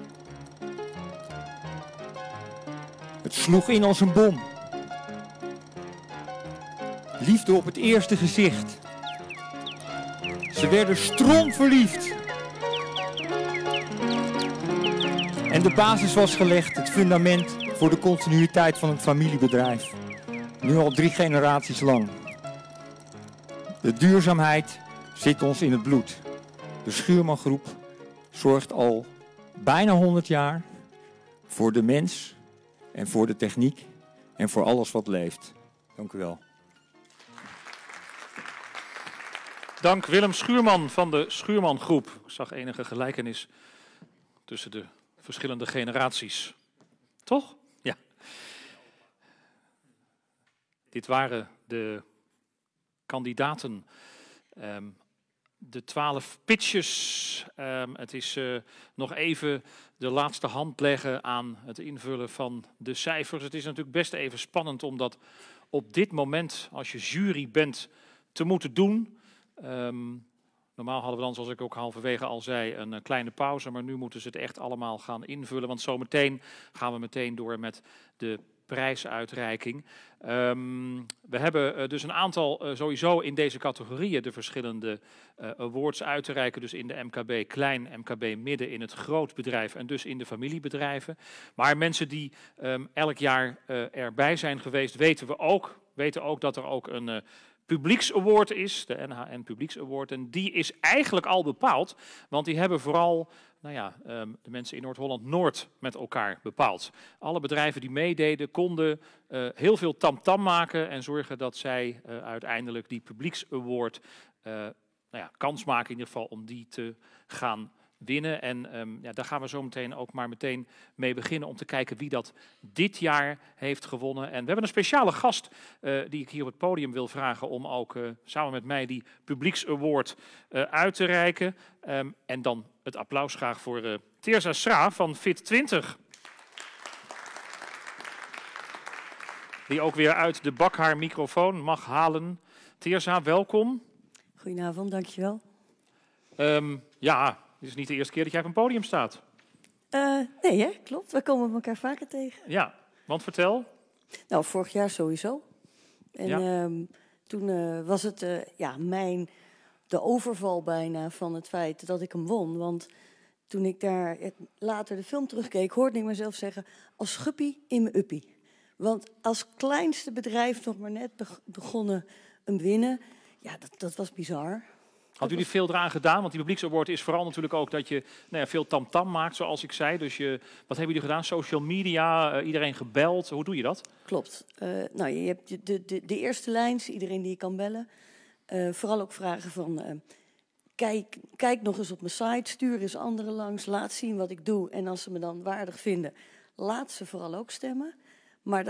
Het sloeg in als een bom. Liefde op het eerste gezicht. Ze werden stroomverliefd. En de basis was gelegd, het fundament voor de continuïteit van het familiebedrijf. Nu al 3 generaties lang. De duurzaamheid zit ons in het bloed. De Schuurman Groep zorgt al bijna 100 jaar voor de mens en voor de techniek en voor alles wat leeft. Dank u wel. Dank Willem Schuurman van de Schuurman Groep. Ik zag enige gelijkenis tussen de verschillende generaties. Toch? Ja. Dit waren de kandidaten. De 12 pitches. Het is nog even de laatste hand leggen aan het invullen van de cijfers. Het is natuurlijk best even spannend om dat op dit moment, als je jury bent, te moeten doen. Normaal hadden we dan, zoals ik ook halverwege al zei, een kleine pauze. Maar nu moeten ze het echt allemaal gaan invullen. Want zometeen gaan we meteen door met de prijsuitreiking. We hebben dus een aantal sowieso in deze categorieën de verschillende awards uit te reiken. Dus in de MKB klein, MKB midden, in het grootbedrijf en dus in de familiebedrijven. Maar mensen die elk jaar erbij zijn geweest, weten ook dat er ook een Publieks-award is, de NHN Publieks-award. En die is eigenlijk al bepaald, want die hebben vooral de mensen in Noord-Holland-Noord met elkaar bepaald. Alle bedrijven die meededen konden heel veel tamtam maken en zorgen dat zij uiteindelijk die Publieks-award kans maken in ieder geval om die te gaan winnen. En daar gaan we zo meteen ook maar meteen mee beginnen om te kijken wie dat dit jaar heeft gewonnen. En we hebben een speciale gast die ik hier op het podium wil vragen om ook samen met mij die Publieks-award uit te reiken. En dan het applaus graag voor Teersa Schra van Fit20. Die ook weer uit de bak haar microfoon mag halen. Teersa, welkom. Goedenavond, dankjewel. Het is niet de eerste keer dat jij op een podium staat. Nee, hè? Klopt. We komen elkaar vaker tegen. Ja, want vertel. Nou, vorig jaar sowieso. En toen was het de overval bijna van het feit dat ik hem won. Want toen ik daar later de film terugkeek, hoorde ik mezelf zeggen, als guppie in mijn uppie. Want als kleinste bedrijf nog maar net begonnen een winnen, dat was bizar. Had jullie veel eraan gedaan? Want die Publieks-award is vooral natuurlijk ook dat je veel tamtam maakt, zoals ik zei. Dus wat hebben jullie gedaan? Social media, iedereen gebeld. Hoe doe je dat? Klopt. Je hebt de eerste lijns, iedereen die je kan bellen. Vooral ook vragen van, kijk nog eens op mijn site, stuur eens anderen langs, laat zien wat ik doe. En als ze me dan waardig vinden, laat ze vooral ook stemmen. Maar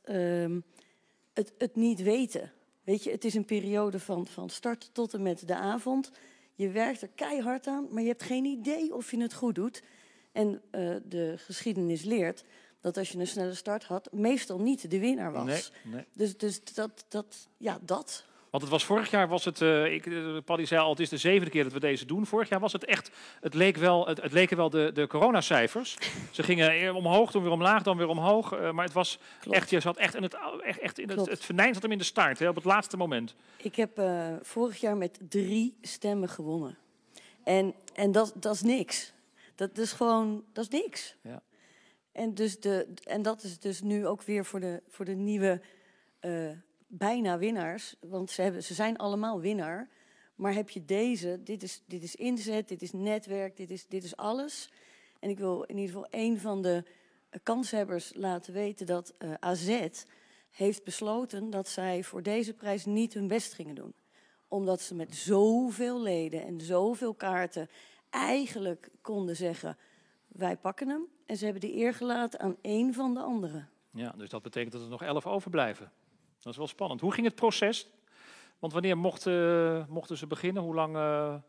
het niet weten. Weet je, het is een periode van start tot en met de avond. Je werkt er keihard aan, maar je hebt geen idee of je het goed doet. En de geschiedenis leert dat als je een snelle start had, meestal niet de winnaar was. Nee. Dus dat. Want het was vorig jaar, Paddy zei al, het is de 7e keer dat we deze doen. Vorig jaar was het echt, het leken wel de coronacijfers. Ze gingen omhoog, dan weer omlaag, dan weer omhoog. Maar het was echt, je zat echt in het venijn zat hem in de staart, hè, op het laatste moment. Ik heb vorig jaar met 3 stemmen gewonnen. En dat is niks. Dat is niks. Ja. En dat is dus nu ook weer voor de nieuwe bijna winnaars, want ze zijn allemaal winnaar. Maar heb je deze, dit is inzet, dit is netwerk, dit is alles. En ik wil in ieder geval een van de kanshebbers laten weten dat AZ heeft besloten dat zij voor deze prijs niet hun best gingen doen. Omdat ze met zoveel leden en zoveel kaarten eigenlijk konden zeggen, wij pakken hem. En ze hebben de eer gelaten aan één van de anderen. Ja, dus dat betekent dat er nog 11 overblijven. Dat is wel spannend. Hoe ging het proces? Want wanneer mochten ze beginnen? Hoe lang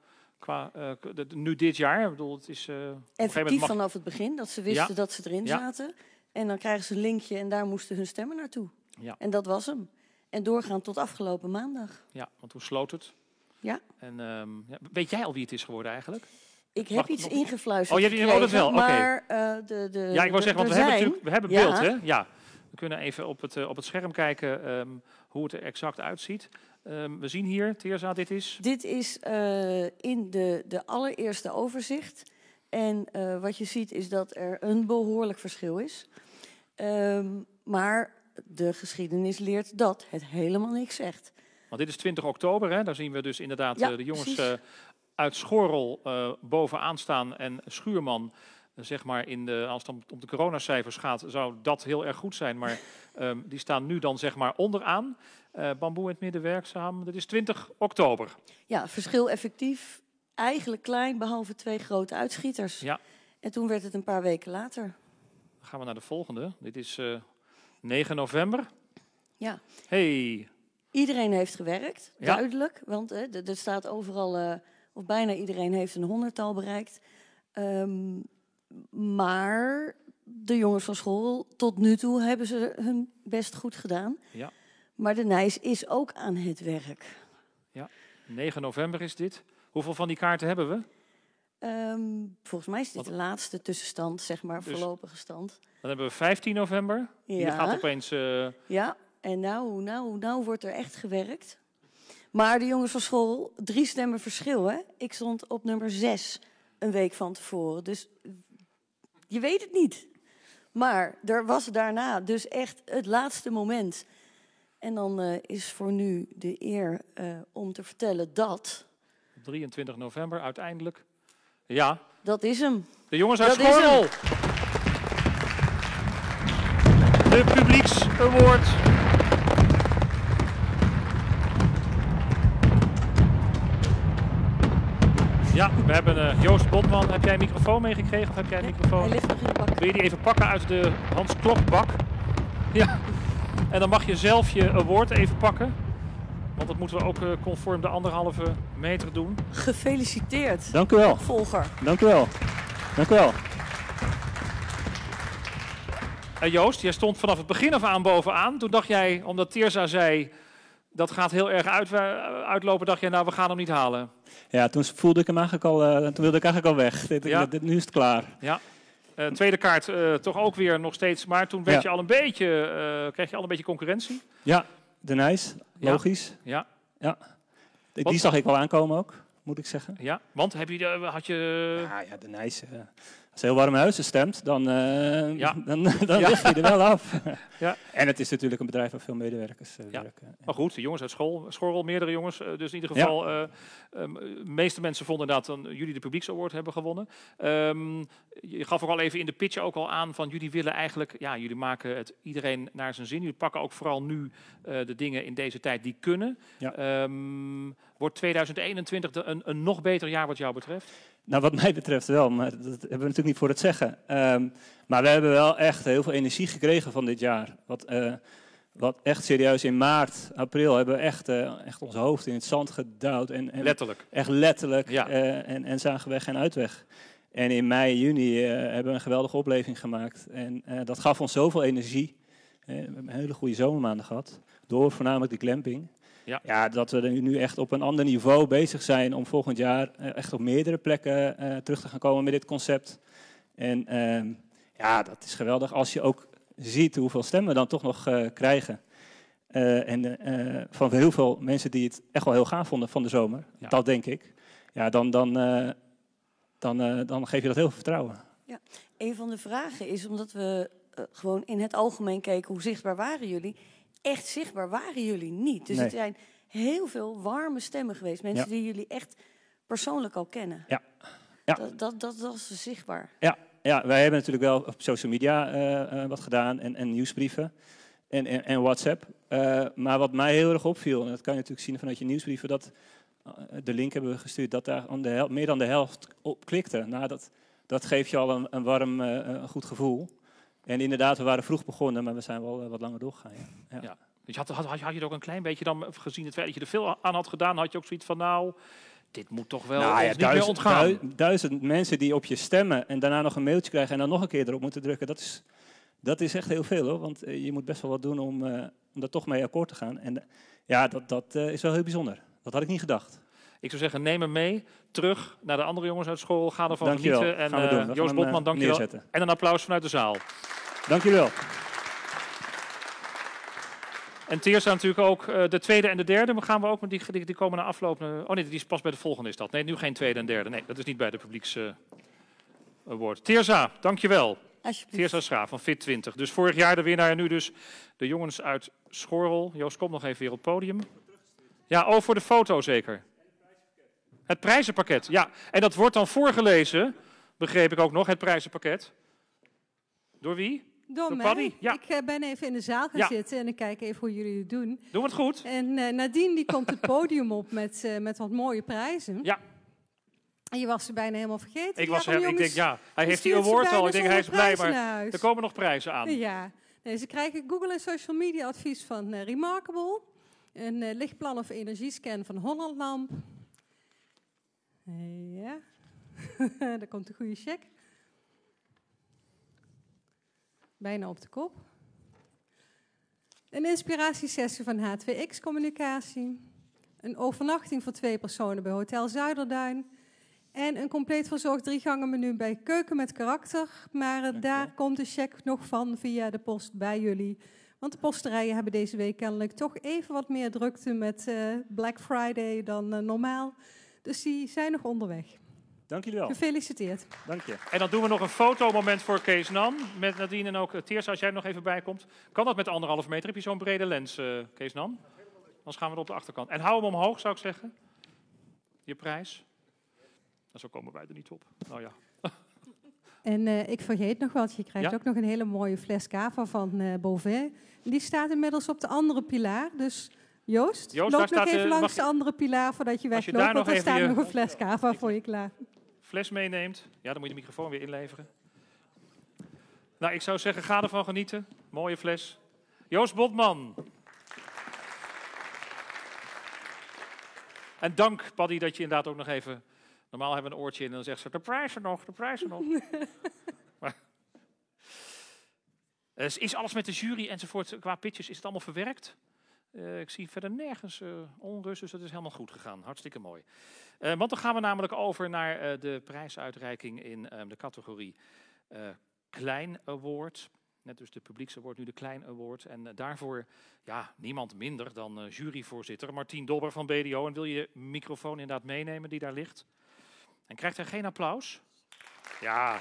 nu dit jaar? Ik bedoel, het is effectief vanaf het begin, dat ze wisten dat ze erin zaten. En dan krijgen ze een linkje en daar moesten hun stemmen naartoe. Ja. En dat was hem. En doorgaan tot afgelopen maandag. Ja, want hoe sloot het? Ja. En weet jij al wie het is geworden eigenlijk? Ik heb iets ingefluisterd. Oh, je hebt het wel? Maar ja, ik wou zeggen, want we hebben beeld, hè? Ja. We kunnen even op het scherm kijken hoe het er exact uitziet. We zien hier, Teersa, dit is? Dit is in de allereerste overzicht. En wat je ziet is dat er een behoorlijk verschil is. Maar de geschiedenis leert dat het helemaal niks zegt. Want dit is 20 oktober, hè? Daar zien we dus inderdaad de jongens uit Schorrel bovenaan staan en Schuurman. Zeg maar als het om de coronacijfers gaat, zou dat heel erg goed zijn. Maar die staan nu dan zeg maar onderaan. Bamboe in het midden werkzaam. Dat is 20 oktober. Ja, verschil effectief. Eigenlijk klein, behalve 2 grote uitschieters. Ja. En toen werd het een paar weken later. Dan gaan we naar de volgende. Dit is 9 november. Ja. Hey. Iedereen heeft gewerkt, duidelijk. Want er staat overal, of bijna iedereen heeft een 100-tal bereikt. Maar de jongens van school, tot nu toe hebben ze hun best goed gedaan. Ja. Maar de Nijs is ook aan het werk. Ja, 9 november is dit. Hoeveel van die kaarten hebben we? Volgens mij is dit de laatste tussenstand, zeg maar, Dus- voorlopige stand. Dan hebben we 15 november. Hier Ja. gaat opeens... Ja, en nou wordt er echt gewerkt. Maar de jongens van school, 3 stemmen verschil, hè? Ik stond op nummer 6 een week van tevoren. Dus je weet het niet. Maar er was daarna dus echt het laatste moment. En dan is voor nu de eer om te vertellen dat... 23 november uiteindelijk. Ja. Dat is hem. De jongens uit Dat is Schorrel. De Publieks Award. Ja, we hebben Joost Botman. Heb jij een microfoon meegekregen of heb jij een microfoon? Hij ligt nog in de bak. Wil je die even pakken uit de Hans Klokbak? Ja. En dan mag je zelf je award even pakken. Want dat moeten we ook conform de 1,5 meter doen. Gefeliciteerd. Dank u wel. Volger. Dank u wel. Dank u wel. Joost, jij stond vanaf het begin af aan bovenaan. Toen dacht jij, omdat Teersa zei, dat gaat heel erg uitlopen, dacht jij, nou, we gaan hem niet halen. Ja, toen voelde ik hem eigenlijk al, toen wilde ik eigenlijk al weg. Nu is het klaar. Ja. Tweede kaart toch ook weer nog steeds, maar toen werd je al een beetje, kreeg je al een beetje concurrentie. Ja, de Nijs, logisch. Ja. Die zag ik wel aankomen ook, moet ik zeggen. Ja, want had je... Ja, de Nijs. Als heel warm huizen stemt, dan lig je er wel af. Ja. En het is natuurlijk een bedrijf waar veel medewerkers werken. Maar goed, de jongens uit Schorrel, meerdere jongens. Dus in ieder geval, de meeste mensen vonden inderdaad dat jullie de Publieks Award hebben gewonnen. Je gaf ook al even in de pitch ook al aan van jullie willen eigenlijk, ja, jullie maken het iedereen naar zijn zin. Jullie pakken ook vooral nu de dingen in deze tijd die kunnen. Ja. Wordt 2021 een nog beter jaar wat jou betreft? Nou, wat mij betreft wel, maar dat hebben we natuurlijk niet voor het zeggen. Maar we hebben wel echt heel veel energie gekregen van dit jaar. Wat echt serieus in maart, april hebben we echt ons hoofd in het zand gedouwd. En letterlijk. Echt letterlijk. Ja. En zagen weg en uitweg. En in mei, juni hebben we een geweldige opleving gemaakt. En dat gaf ons zoveel energie. We hebben een hele goede zomermaanden gehad. Door voornamelijk de glamping. Ja, dat we er nu echt op een ander niveau bezig zijn om volgend jaar echt op meerdere plekken terug te gaan komen met dit concept. En ja, dat is geweldig als je ook ziet hoeveel stemmen we dan toch nog krijgen. Van heel veel mensen die het echt wel heel gaaf vonden van de zomer, dat denk ik. Ja, dan geef je dat heel veel vertrouwen. Ja. Een van de vragen is, omdat we gewoon in het algemeen keken, hoe zichtbaar waren jullie? Echt zichtbaar waren jullie niet. Dus er zijn heel veel warme stemmen geweest. Mensen die jullie echt persoonlijk al kennen. Ja. Dat was zichtbaar. Ja, wij hebben natuurlijk wel op social media wat gedaan en nieuwsbrieven en WhatsApp. Maar wat mij heel erg opviel, en dat kan je natuurlijk zien vanuit je nieuwsbrieven, dat de link hebben we gestuurd, dat daar meer dan de helft op klikte. Nou, dat geeft je al een warm, goed gevoel. En inderdaad, we waren vroeg begonnen, maar we zijn wel wat langer doorgegaan. Ja. Dus had je het ook een klein beetje dan, gezien het feit dat je er veel aan had gedaan, had je ook zoiets van, nou, dit moet toch wel ons niet meer ontgaan. 1000 mensen die op je stemmen en daarna nog een mailtje krijgen en dan nog een keer erop moeten drukken, dat is echt heel veel, hoor. Want je moet best wel wat doen om daar toch mee akkoord te gaan. En dat is wel heel bijzonder. Dat had ik niet gedacht. Ik zou zeggen, neem hem mee, terug naar de andere jongens uit school, ga ervan Dankjewel. genieten. Gaan we doen. En Joost Botman, dankjewel. Neerzetten. En een applaus vanuit de zaal. Dank jullie wel. En Teersa natuurlijk ook de tweede en de derde. Maar gaan we ook met die komen na afloop. Oh nee, die is pas bij de volgende is dat. Nee, nu geen tweede en derde. Nee, dat is niet bij de Publieks Award. Teersa, dankjewel. Teersa Schaaf van Fit20. Dus vorig jaar de winnaar en nu dus de jongens uit Schorrel. Joost, kom nog even weer op het podium. Ja, voor de foto zeker. Het prijzenpakket, ja. En dat wordt dan voorgelezen, begreep ik ook nog, het prijzenpakket. Door wie? Door mij. Paddy? Ja. Ik ben even in de zaal gaan zitten en ik kijk even hoe jullie het doen. Doen we het goed? En Nadine die komt het podium op met wat mooie prijzen. Ja. En je was ze bijna helemaal vergeten. Ik denk, hij heeft die award al. Ik denk, hij is blij, maar er komen nog prijzen aan. Ja. Nee, ze krijgen Google en social media advies van Remarkable. Een lichtplan of energiescan van Hollandlamp. Ja. Daar komt een goede check. Bijna op de kop. Een inspiratiesessie van H2X Communicatie. Een overnachting voor 2 personen bij Hotel Zuiderduin. En een compleet verzorgd 3 gangen menu bij Keuken met Karakter. Maar daar komt de cheque nog van via de post bij jullie. Want de posterijen hebben deze week kennelijk toch even wat meer drukte met Black Friday dan normaal. Dus die zijn nog onderweg. Dank jullie wel. Gefeliciteerd. Dank je. En dan doen we nog een fotomoment voor Kees Nan. Met Nadine en ook Teersa, als jij er nog even bij komt. Kan dat met 1,5 meter? Heb je zo'n brede lens, Kees Nan? Anders gaan we er op de achterkant. En hou hem omhoog, zou ik zeggen. Je prijs. En zo komen wij er niet op. Nou ja. En ik vergeet nog wat. Je krijgt ook nog een hele mooie fles cava van Beauvais. Die staat inmiddels op de andere pilaar. Dus Joost loop nog even langs de andere pilaar voordat je wegloopt. Want er staat nog een fles cava voor je klaar. Fles meeneemt. Ja, dan moet je de microfoon weer inleveren. Nou, ik zou zeggen, ga ervan genieten. Mooie fles. Joost Botman. En dank, Paddy, dat je inderdaad ook nog even... Normaal hebben we een oortje in en dan zegt ze, de prijzen nog, de prijzen nog. Maar, is alles met de jury enzovoort, qua pitches, is het allemaal verwerkt? Ik zie verder nergens onrust, dus dat is helemaal goed gegaan. Hartstikke mooi. Want dan gaan we namelijk over naar de prijsuitreiking in de categorie Klein Award. Net dus de Publieksaward, nu de Klein Award. En daarvoor niemand minder dan juryvoorzitter Martien Dobber van BDO. En wil je de microfoon inderdaad meenemen die daar ligt? En krijgt hij geen applaus? Ja.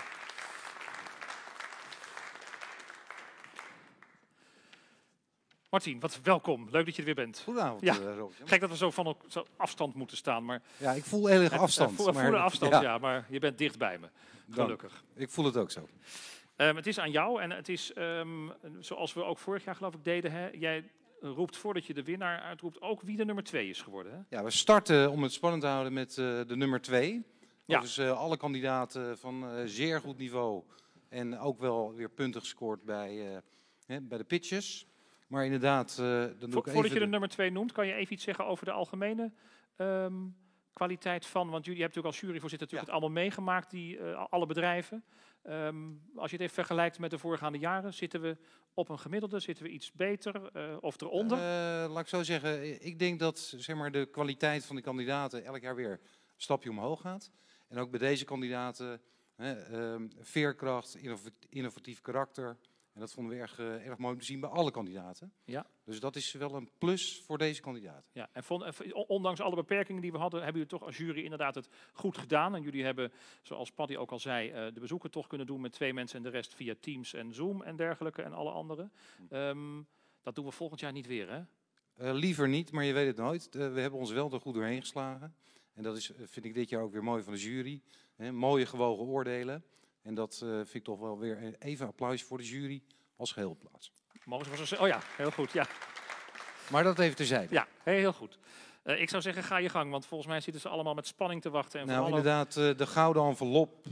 Martien, welkom. Leuk dat je er weer bent. Goedenavond, ja. Roosje. Gek dat we zo van afstand moeten staan. Maar ja, ik voel heel erg afstand. voelen afstand, maar je bent dicht bij me. Gelukkig. Dank. Ik voel het ook zo. Het is aan jou en het is zoals we ook vorig jaar geloof ik deden. Hè? Jij roept voordat je de winnaar uitroept ook wie de nummer 2 is geworden. Hè? Ja, we starten om het spannend te houden met de nummer 2. Ja. Dus alle kandidaten van zeer goed niveau en ook wel weer punten gescoord bij de pitches. Maar inderdaad, dan doe ik voordat je de nummer 2 noemt, kan je even iets zeggen over de algemene kwaliteit van, want jullie hebben natuurlijk als juryvoorzitter natuurlijk het allemaal meegemaakt, alle bedrijven. Als je het even vergelijkt met de voorgaande jaren, zitten we op een gemiddelde, zitten we iets beter of eronder? Laat ik zo zeggen, ik denk dat zeg maar, de kwaliteit van de kandidaten elk jaar weer een stapje omhoog gaat. En ook bij deze kandidaten, veerkracht, innovatief karakter. En dat vonden we erg mooi om te zien bij alle kandidaten. Ja. Dus dat is wel een plus voor deze kandidaten. Ja, en ondanks alle beperkingen die we hadden, hebben jullie toch als jury inderdaad het goed gedaan. En jullie hebben, zoals Paddy ook al zei, de bezoeken toch kunnen doen met 2 mensen en de rest via Teams en Zoom en dergelijke en alle andere. Dat doen we volgend jaar niet weer, hè? Liever niet, maar je weet het nooit. We hebben ons wel er goed doorheen geslagen. En dat is, vind ik dit jaar ook weer mooi van de jury. Mooie gewogen oordelen. En dat vind ik toch wel weer even applaus voor de jury als geheel plaats. Oh ja, heel goed. Ja. Maar dat even terzijde. Ja, heel goed. Ik zou zeggen, ga je gang, want volgens mij zitten ze allemaal met spanning te wachten. En nou, inderdaad, de gouden envelop.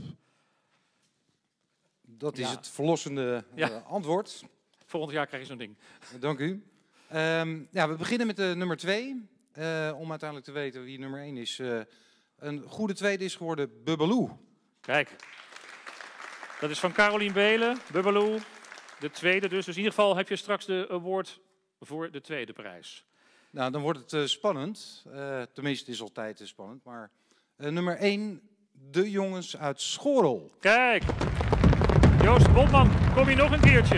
Dat is het verlossende antwoord. Volgend jaar krijg je zo'n ding. Dank u. We beginnen met de nummer 2. Om uiteindelijk te weten wie nummer 1 is. Een goede tweede is geworden Bubbaloo. Kijk. Dat is van Carolien Belen, Bubbaloo. De tweede dus. Dus in ieder geval heb je straks de award voor de tweede prijs. Nou, dan wordt het spannend. Tenminste, het is altijd spannend. Maar nummer 1, de jongens uit Schorrel. Kijk. Joost Botman, kom je nog een keertje.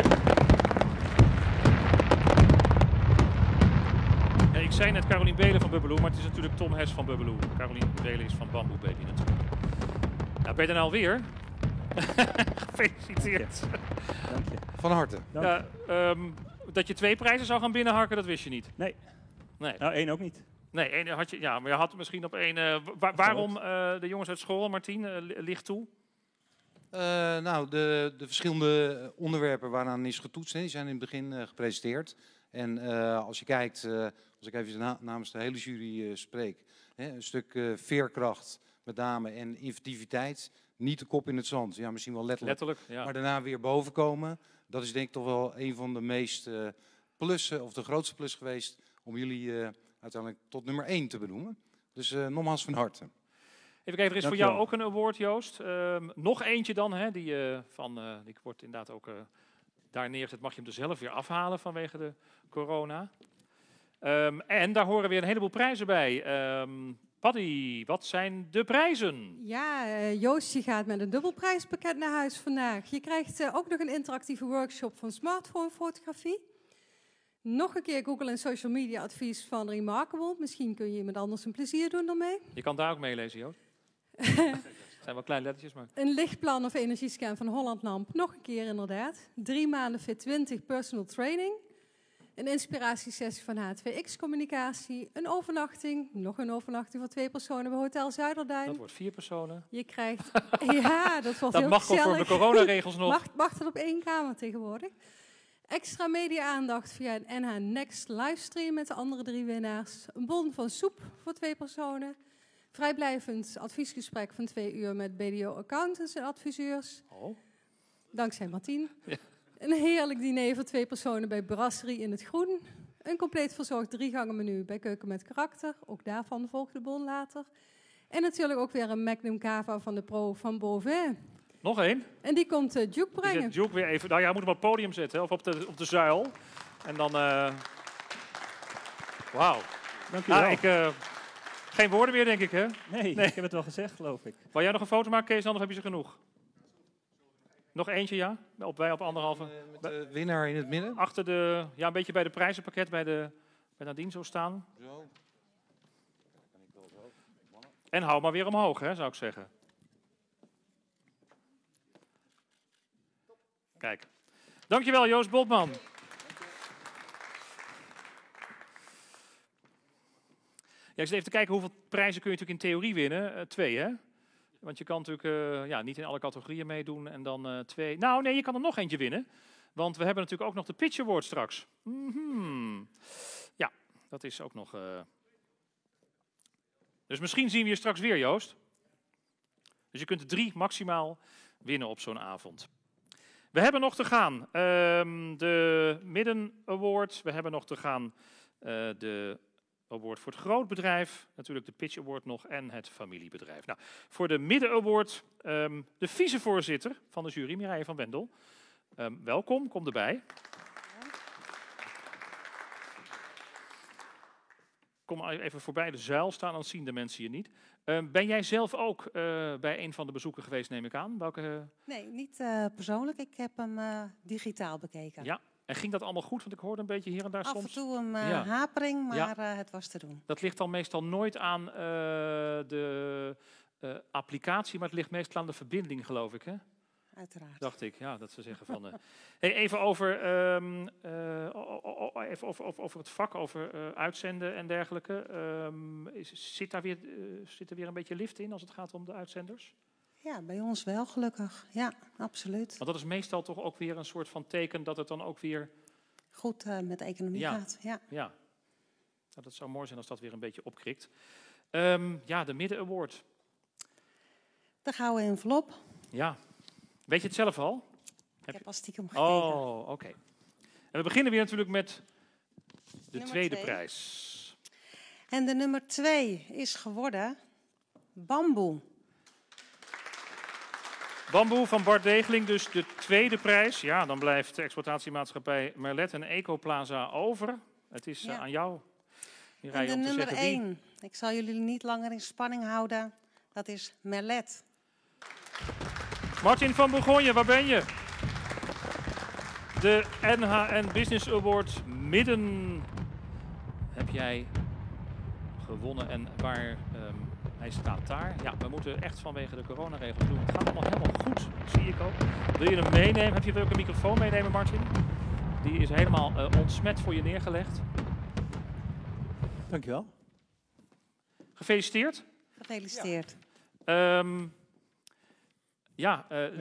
Ja, ik zei net Carolien Belen van Bubbaloo, maar het is natuurlijk Tom Hes van Bubbaloo. Carolien Belen is van Bamboe Baby natuurlijk. Nou, ben je er nou weer? Gefeliciteerd. Dank je. Van harte. Ja, dat je 2 prijzen zou gaan binnenharken, dat wist je niet. Nee. Nee. Nou, 1 ook niet. Nee, 1 had je, ja, maar je had misschien op 1. Waarom de jongens uit school, Martien, ligt toe? Nou, de verschillende onderwerpen waaraan is getoetst, die zijn in het begin gepresenteerd. En als je kijkt, als ik even namens de hele jury spreek, een stuk veerkracht met name en inventiviteit. Niet de kop in het zand, ja, misschien wel letterlijk ja. Maar daarna weer boven komen. Dat is denk ik toch wel een van de meest plussen, of de grootste plus geweest, om jullie uiteindelijk tot nummer 1 te benoemen. Dus nogmaals van harte. Even kijken, er is voor jou ook een award, Joost. Nog eentje dan, hè, die wordt inderdaad ook daar neergezet. Mag je hem er zelf weer afhalen vanwege de corona. En daar horen weer een heleboel prijzen bij. Paddy, wat zijn de prijzen? Ja, Joost die gaat met een dubbelprijspakket naar huis vandaag. Je krijgt ook nog een interactieve workshop van smartphone-fotografie. Nog een keer Google en social media advies van Remarkable. Misschien kun je iemand anders een plezier doen ermee. Je kan daar ook meelezen, Joost. Het zijn wel kleine lettertjes, maar... Een lichtplan of energiescan van Holland Lamp. Nog een keer inderdaad. 3 maanden Fit20 personal training. Een inspiratiesessie van H2X communicatie. Een overnachting. Nog een overnachting voor 2 personen bij Hotel Zuiderduin. Dat wordt 4 personen. Je krijgt... Ja, dat wordt dat heel mag gezellig. voor de coronaregels nog. Mag dat op 1 kamer tegenwoordig. Extra media-aandacht via een NH Next livestream met de andere 3 winnaars. Een bon van soep voor 2 personen. Vrijblijvend adviesgesprek van 2 uur met BDO-accountants en adviseurs. Oh. Dankzij Martien. Ja. Een heerlijk diner voor 2 personen bij Brasserie in het Groen. Een compleet verzorgd 3-gangen menu bij Keuken met Karakter. Ook daarvan volgt de bon later. En natuurlijk ook weer een Magnum Cava van de Pro van Beauvais. Nog één. En die komt Duke brengen. Die zet Duke weer even... Nou ja, hij moet hem op het podium zetten, of op de zuil. En dan... Wauw. Dank je wel. Nou, geen woorden meer, denk ik, hè? Nee, ik heb het wel gezegd, geloof ik. Wou jij nog een foto maken, Kees? Anders heb je ze genoeg. Nog eentje, ja? Wij op 1,5. Met de winnaar in het midden. Achter de... Ja, een beetje bij de prijzenpakket, bij Nadine zo staan. Zo. En hou maar weer omhoog, hè, zou ik zeggen. Kijk. Dankjewel, Joost Boltman. Ja, ik zit even te kijken hoeveel prijzen kun je natuurlijk in theorie winnen. 2, hè? Want je kan natuurlijk niet in alle categorieën meedoen en dan 2. Nou, nee, je kan er nog eentje winnen. Want we hebben natuurlijk ook nog de Pitch Award straks. Ja, dat is ook nog... Dus misschien zien we je straks weer, Joost. Dus je kunt er 3 maximaal winnen op zo'n avond. We hebben nog te gaan de Midden Award. We hebben nog te gaan de Award voor het grootbedrijf. Natuurlijk de Pitch Award nog en het familiebedrijf. Nou, voor de Midden Award de vicevoorzitter van de jury, Mireille van Wendel. Welkom, kom erbij. Kom even voorbij de zuil staan, dan zien de mensen je niet. Ben jij zelf ook bij een van de bezoeken geweest, neem ik aan? Welke... Nee, niet persoonlijk. Ik heb hem digitaal bekeken. Ja, en ging dat allemaal goed? Want ik hoorde een beetje hier en daar soms... Af en toe een hapering, maar het was te doen. Dat ligt dan meestal nooit aan de applicatie, maar het ligt meestal aan de verbinding, geloof ik, hè? Uiteraard. Dacht ik, ja, dat ze zeggen van... Hey, even over het vak, over uitzenden en dergelijke. Zit er weer een beetje lift in als het gaat om de uitzenders? Ja, bij ons wel gelukkig. Ja, absoluut. Want dat is meestal toch ook weer een soort van teken dat het dan ook weer... Goed met de economie gaat, ja. Ja. Nou, dat zou mooi zijn als dat weer een beetje opkrikt. Ja, de Midden Award. De gouden envelop. Ja. Weet je het zelf al? Ik heb al stiekem gekeken. Oh, oké. En we beginnen weer natuurlijk met de Nummer tweede 2. prijs. En de nummer 2 is geworden Bamboe. Bamboe van Bart Degeling, dus de tweede prijs. Ja, dan blijft de exploitatiemaatschappij Merlet en Ecoplaza over. Het is aan jou, Mireille, En de om te nummer zeggen 1, ik zal jullie niet langer in spanning houden, dat is Merlet. Martin van Bourgogne, waar ben je? De NHN Business Award Midden heb jij gewonnen. En waar hij staat daar. Ja, we moeten echt vanwege de coronaregels doen. Het gaat allemaal helemaal goed, zie ik ook. Wil je hem meenemen? Heb je ook een microfoon meenemen, Martin? Die is helemaal ontsmet voor je neergelegd. Dankjewel. Gefeliciteerd. Gefeliciteerd. Ja,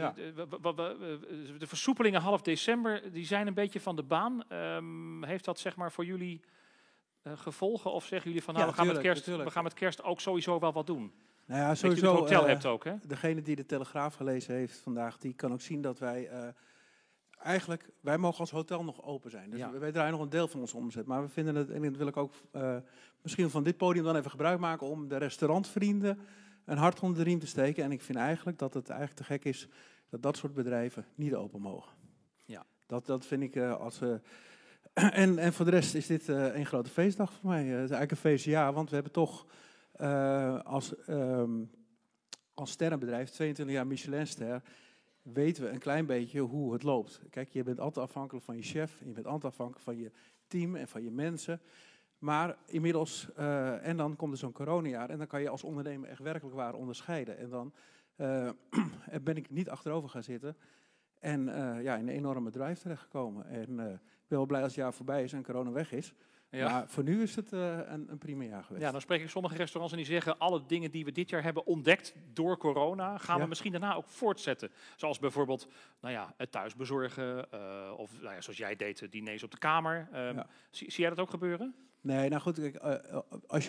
de versoepelingen half december die zijn een beetje van de baan. Heeft dat zeg maar voor jullie gevolgen? Of zeggen jullie van nou, we gaan met kerst ook sowieso wel wat doen? Nou ja, dat sowieso. je het hotel hebt ook, hè? Degene die de Telegraaf gelezen heeft vandaag, die kan ook zien dat wij eigenlijk, wij mogen als hotel nog open zijn. Dus wij draaien nog een deel van onze omzet. Maar we vinden het, en dat wil ik ook misschien van dit podium dan even gebruik maken om de restaurantvrienden een hart onder de riem te steken. En ik vind eigenlijk dat het eigenlijk te gek is dat dat soort bedrijven niet open mogen. Ja. Dat vind ik als... en voor de rest is dit een grote feestdag voor mij. Het is eigenlijk een feestjaar, want we hebben toch Als sterrenbedrijf, 22 jaar Michelinster, weten we een klein beetje hoe het loopt. Kijk, je bent altijd afhankelijk van je chef, en je bent altijd afhankelijk van je team en van je mensen. Maar inmiddels, en dan komt er zo'n coronajaar en dan kan je als ondernemer echt werkelijk waar onderscheiden. En dan ben ik niet achterover gaan zitten en in een enorme drive terechtgekomen. En ik ben wel blij als het jaar voorbij is en corona weg is. Ja. Maar voor nu is het een prima jaar geweest. Ja, dan spreek ik sommige restaurants en die zeggen alle dingen die we dit jaar hebben ontdekt door corona, gaan we misschien daarna ook voortzetten. Zoals bijvoorbeeld het thuisbezorgen of zoals jij deed, diners op de kamer. Zie jij dat ook gebeuren? Nee, nou goed, kijk, als je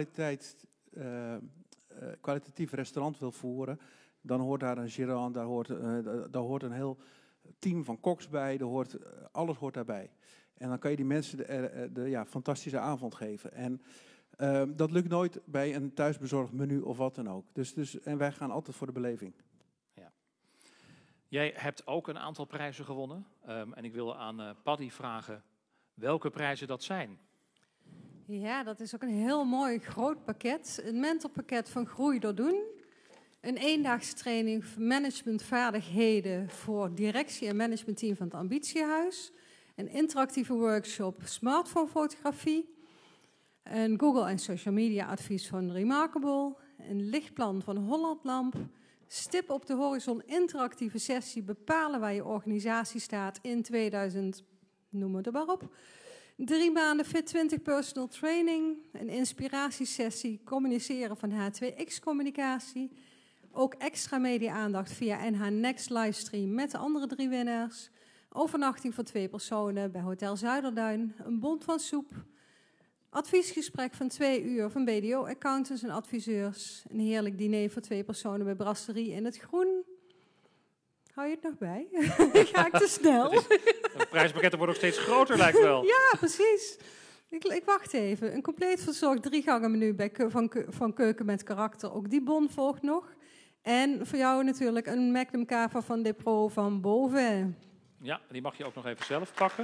kwalitatief restaurant wil voeren, dan hoort daar een gérant, daar hoort een heel team van koks bij, alles hoort daarbij. En dan kan je die mensen de fantastische avond geven. En dat lukt nooit bij een thuisbezorgd menu of wat dan ook. En wij gaan altijd voor de beleving. Ja. Jij hebt ook een aantal prijzen gewonnen. En ik wil aan Paddy vragen welke prijzen dat zijn. Ja, dat is ook een heel mooi groot pakket. Een mentorpakket van Groei door Doen. Een eendaagse training managementvaardigheden voor directie en managementteam van het Ambitiehuis. Een interactieve workshop smartphonefotografie. Een Google en social media advies van Remarkable. Een lichtplan van Hollandlamp. Stip op de horizon interactieve sessie bepalen waar je organisatie staat in 2000, noem het er maar op. 3 maanden Fit20 personal training. Een inspiratiesessie communiceren van H2X communicatie. Ook extra media-aandacht via NH Next livestream met de andere 3 winnaars. Overnachting voor 2 personen bij Hotel Zuiderduin. Een bond van soep. Adviesgesprek van 2 uur van BDO-accountants en adviseurs. Een heerlijk diner voor 2 personen bij Brasserie in het Groen. Hou je het nog bij? Ga ik te snel? De prijspakketten worden ook steeds groter, lijkt wel. Ja, precies. Ik wacht even. Een compleet verzorgd 3-gangen menu van Keuken met Karakter. Ook die bon volgt nog. En voor jou natuurlijk een Magnum Cava van Depro van Boven. Ja, die mag je ook nog even zelf pakken.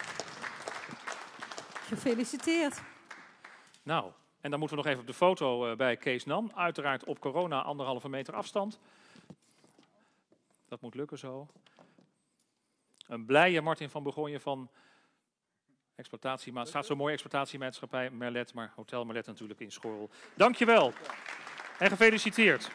Gefeliciteerd. Nou, en dan moeten we nog even op de foto bij Kees Nan. Uiteraard op corona 1,5 meter afstand. Dat moet lukken zo. Een blije Martin van Bourgogne van exploitatie. Maar het staat zo mooi exploitatiemaatschappij Merlet, maar Hotel Merlet natuurlijk in Schorrel. Dankjewel en gefeliciteerd.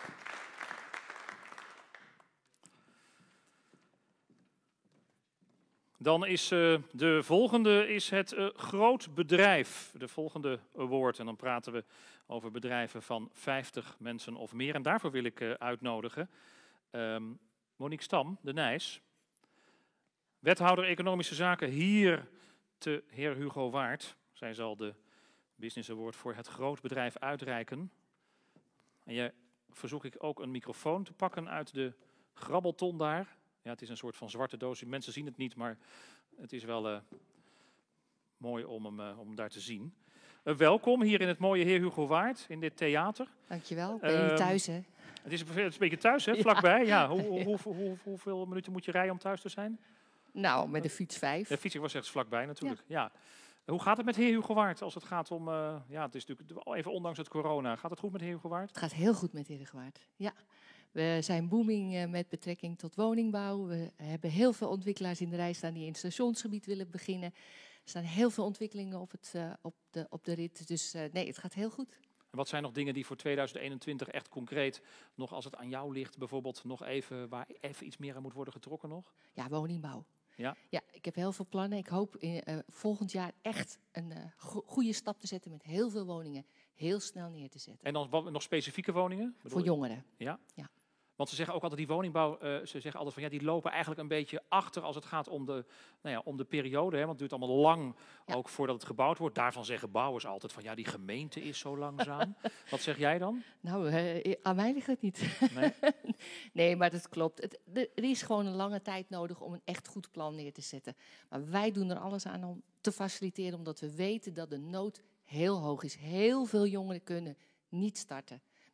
Dan is de volgende het groot bedrijf, de volgende award. En dan praten we over bedrijven van 50 mensen of meer. En daarvoor wil ik uitnodigen Monique Stam, de Nijs. Wethouder Economische Zaken hier te heer Hugo Waard. Zij zal de Business Award voor het groot bedrijf uitreiken. En je verzoek ik ook een microfoon te pakken uit de grabbelton daar. Ja, het is een soort van zwarte doos. Mensen zien het niet, maar het is wel mooi om hem daar te zien. Welkom hier in het mooie heer Hugo Waard, in dit theater. Dankjewel. Ben je thuis, hè? Het is een beetje thuis, hè? Vlakbij. Ja. Hoeveel minuten moet je rijden om thuis te zijn? Nou, met de fiets 5. De fiets was echt vlakbij natuurlijk. Ja. Hoe gaat het met heer Hugo Waard als het gaat om... het is natuurlijk even ondanks het corona. Gaat het goed met heer Hugo Waard? Het gaat heel goed met heer Hugo Waard, ja. We zijn booming met betrekking tot woningbouw. We hebben heel veel ontwikkelaars in de rij staan die in het stationsgebied willen beginnen. Er staan heel veel ontwikkelingen op de rit. Dus nee, het gaat heel goed. En wat zijn nog dingen die voor 2021 echt concreet, nog als het aan jou ligt, bijvoorbeeld nog even, waar even iets meer aan moet worden getrokken nog? Ja, woningbouw. Ja? Ja, ik heb heel veel plannen. Ik hoop volgend jaar echt een goede stap te zetten met heel veel woningen heel snel neer te zetten. En dan nog specifieke woningen? Voor jongeren. Ja? Ja. Want ze zeggen ook altijd, die woningbouw, ze zeggen altijd van ja, die lopen eigenlijk een beetje achter als het gaat om de periode. Hè, want het duurt allemaal lang ook voordat het gebouwd wordt. Daarvan zeggen bouwers altijd van ja, die gemeente is zo langzaam. Wat zeg jij dan? Nou, aan mij ligt het niet. Nee, nee, maar dat klopt. Er is gewoon een lange tijd nodig om een echt goed plan neer te zetten. Maar wij doen er alles aan om te faciliteren, omdat we weten dat de nood heel hoog is. Heel veel jongeren kunnen niet starten.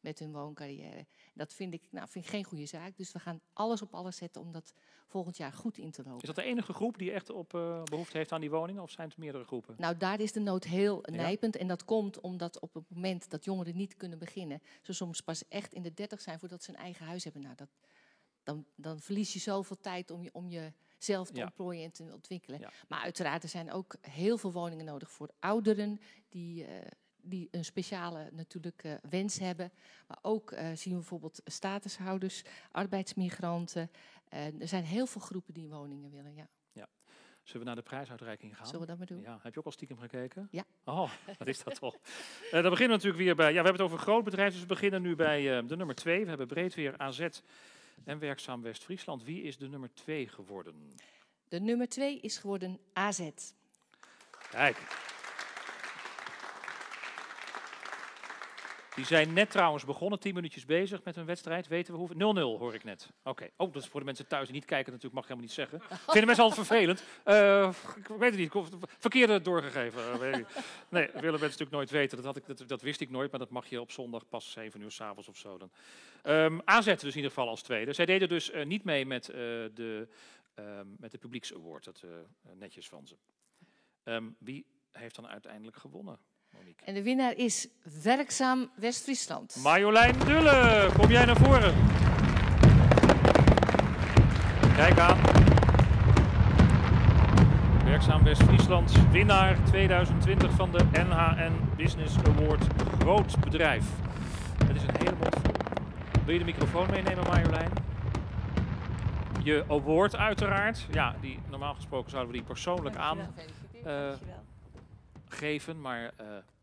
met hun wooncarrière. Dat vind ik geen goede zaak. Dus we gaan alles op alles zetten om dat volgend jaar goed in te lopen. Is dat de enige groep die echt op behoefte heeft aan die woningen? Of zijn het meerdere groepen? Nou, daar is de nood heel nijpend. En dat komt omdat op het moment dat jongeren niet kunnen beginnen, ze soms pas echt in de 30 zijn voordat ze een eigen huis hebben. Nou, dan verlies je zoveel tijd om jezelf te ontplooien en te ontwikkelen. Ja. Maar uiteraard, er zijn ook heel veel woningen nodig voor ouderen die een speciale natuurlijk wens hebben. Maar ook zien we bijvoorbeeld statushouders, arbeidsmigranten. Er zijn heel veel groepen die woningen willen, ja. Zullen we naar de prijsuitreiking gaan? Zullen we dat maar doen? Ja. Heb je ook al stiekem gekeken? Ja. Oh, wat is dat toch? Dan beginnen we natuurlijk weer bij... Ja, we hebben het over een groot bedrijf, dus we beginnen nu bij de nummer 2. We hebben Breedweer, AZ en Werkzaam West-Friesland. Wie is de nummer 2 geworden? De nummer 2 is geworden AZ. Kijk. Die zijn net trouwens begonnen, 10 minuutjes bezig met hun wedstrijd. Weten we hoeveel? 0-0 hoor ik net. Oké. Oh, dat is voor de mensen thuis die niet kijken natuurlijk, mag ik helemaal niet zeggen. Vinden mensen altijd vervelend. Ik weet het niet, verkeerde doorgegeven. Nee, willen mensen natuurlijk nooit weten. Dat wist ik nooit, maar dat mag je op zondag pas 7 uur 's avonds of zo dan. AZ dus in ieder geval als tweede. Zij deden dus niet mee met de publieksaward, dat netjes van ze. Wie heeft dan uiteindelijk gewonnen? Monique. En de winnaar is Werkzaam West-Friesland. Marjolein Dulle, kom jij naar voren? Kijk aan. Werkzaam West-Friesland, winnaar 2020 van de NHN Business Award Groot Bedrijf. Het is een hele mond vol. Wil je de microfoon meenemen, Marjolein? Je award uiteraard. Ja, normaal gesproken zouden we die persoonlijk geven, maar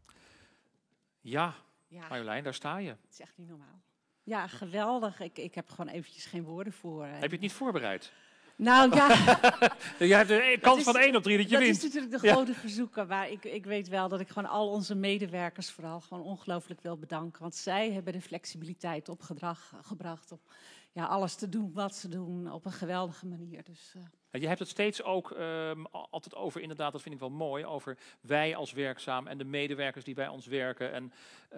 Marjolein, daar sta je. Het is echt niet normaal. Ja, geweldig. Ik heb gewoon eventjes geen woorden voor. Heb je het niet voorbereid? Nou ja. Je hebt een kans van 1 op 3 dat je wint. Dat is natuurlijk de grote verzoeker. Maar ik weet wel dat ik gewoon al onze medewerkers vooral gewoon ongelooflijk wil bedanken. Want zij hebben de flexibiliteit gebracht om alles te doen wat ze doen op een geweldige manier. Dus, Je hebt het steeds ook altijd over, inderdaad, dat vind ik wel mooi, over wij als Werkzaam en de medewerkers die bij ons werken. En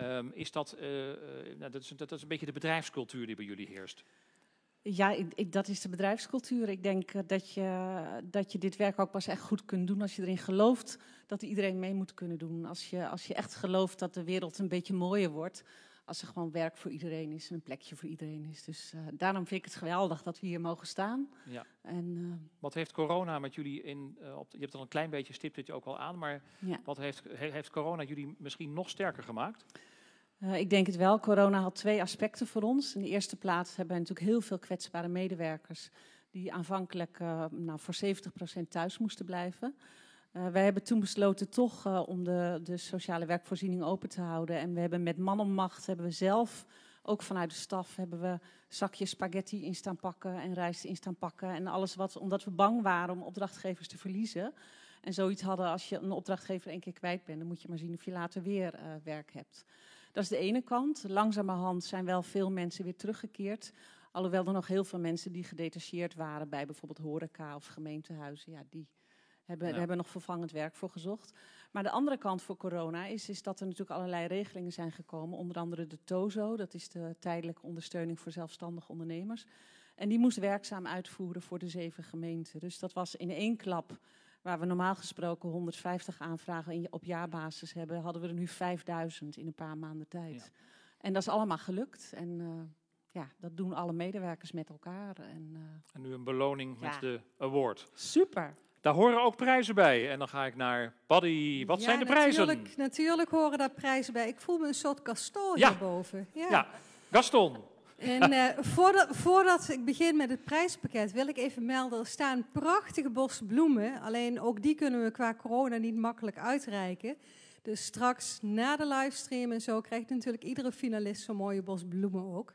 is dat is een beetje de bedrijfscultuur die bij jullie heerst? Ja, dat is de bedrijfscultuur. Ik denk dat je dit werk ook pas echt goed kunt doen als je erin gelooft dat iedereen mee moet kunnen doen. Als je echt gelooft dat de wereld een beetje mooier wordt, als er gewoon werk voor iedereen is en een plekje voor iedereen is. Dus daarom vind ik het geweldig dat we hier mogen staan. Ja. Wat heeft corona met jullie je hebt al een klein beetje stipt dit ook al aan, maar wat heeft corona jullie misschien nog sterker gemaakt? Ik denk het wel. Corona had 2 aspecten voor ons. In de eerste plaats hebben we natuurlijk heel veel kwetsbare medewerkers die aanvankelijk voor 70% thuis moesten blijven. Wij hebben toen besloten toch om de sociale werkvoorziening open te houden. En we hebben met man om macht hebben we zelf, ook vanuit de staf, hebben we zakjes spaghetti in staan pakken en rijst in staan pakken. En alles omdat we bang waren om opdrachtgevers te verliezen. En zoiets hadden, als je een opdrachtgever 1 keer kwijt bent, dan moet je maar zien of je later weer werk hebt. Dat is de ene kant. Langzamerhand zijn wel veel mensen weer teruggekeerd. Alhoewel er nog heel veel mensen die gedetacheerd waren bij bijvoorbeeld horeca of gemeentehuizen. Ja, die hebben nog vervangend werk voor gezocht. Maar de andere kant voor corona is dat er natuurlijk allerlei regelingen zijn gekomen. Onder andere de TOZO, dat is de tijdelijke ondersteuning voor zelfstandige ondernemers. En die moest Werkzaam uitvoeren voor de 7 gemeenten. Dus dat was in 1 klap, waar we normaal gesproken 150 aanvragen op jaarbasis hebben, hadden we er nu 5000 in een paar maanden tijd. Ja. En dat is allemaal gelukt. En dat doen alle medewerkers met elkaar. En nu een beloning met de award. Super. Daar horen ook prijzen bij. En dan ga ik naar Paddy. Wat zijn de prijzen? Natuurlijk horen daar prijzen bij. Ik voel me een soort Gaston hierboven. Ja, Gaston. En voordat ik begin met het prijspakket wil ik even melden, er staan prachtige bos bloemen. Alleen ook die kunnen we qua corona niet makkelijk uitreiken. Dus straks na de livestream en zo krijgt natuurlijk iedere finalist zo'n mooie bos bloemen ook.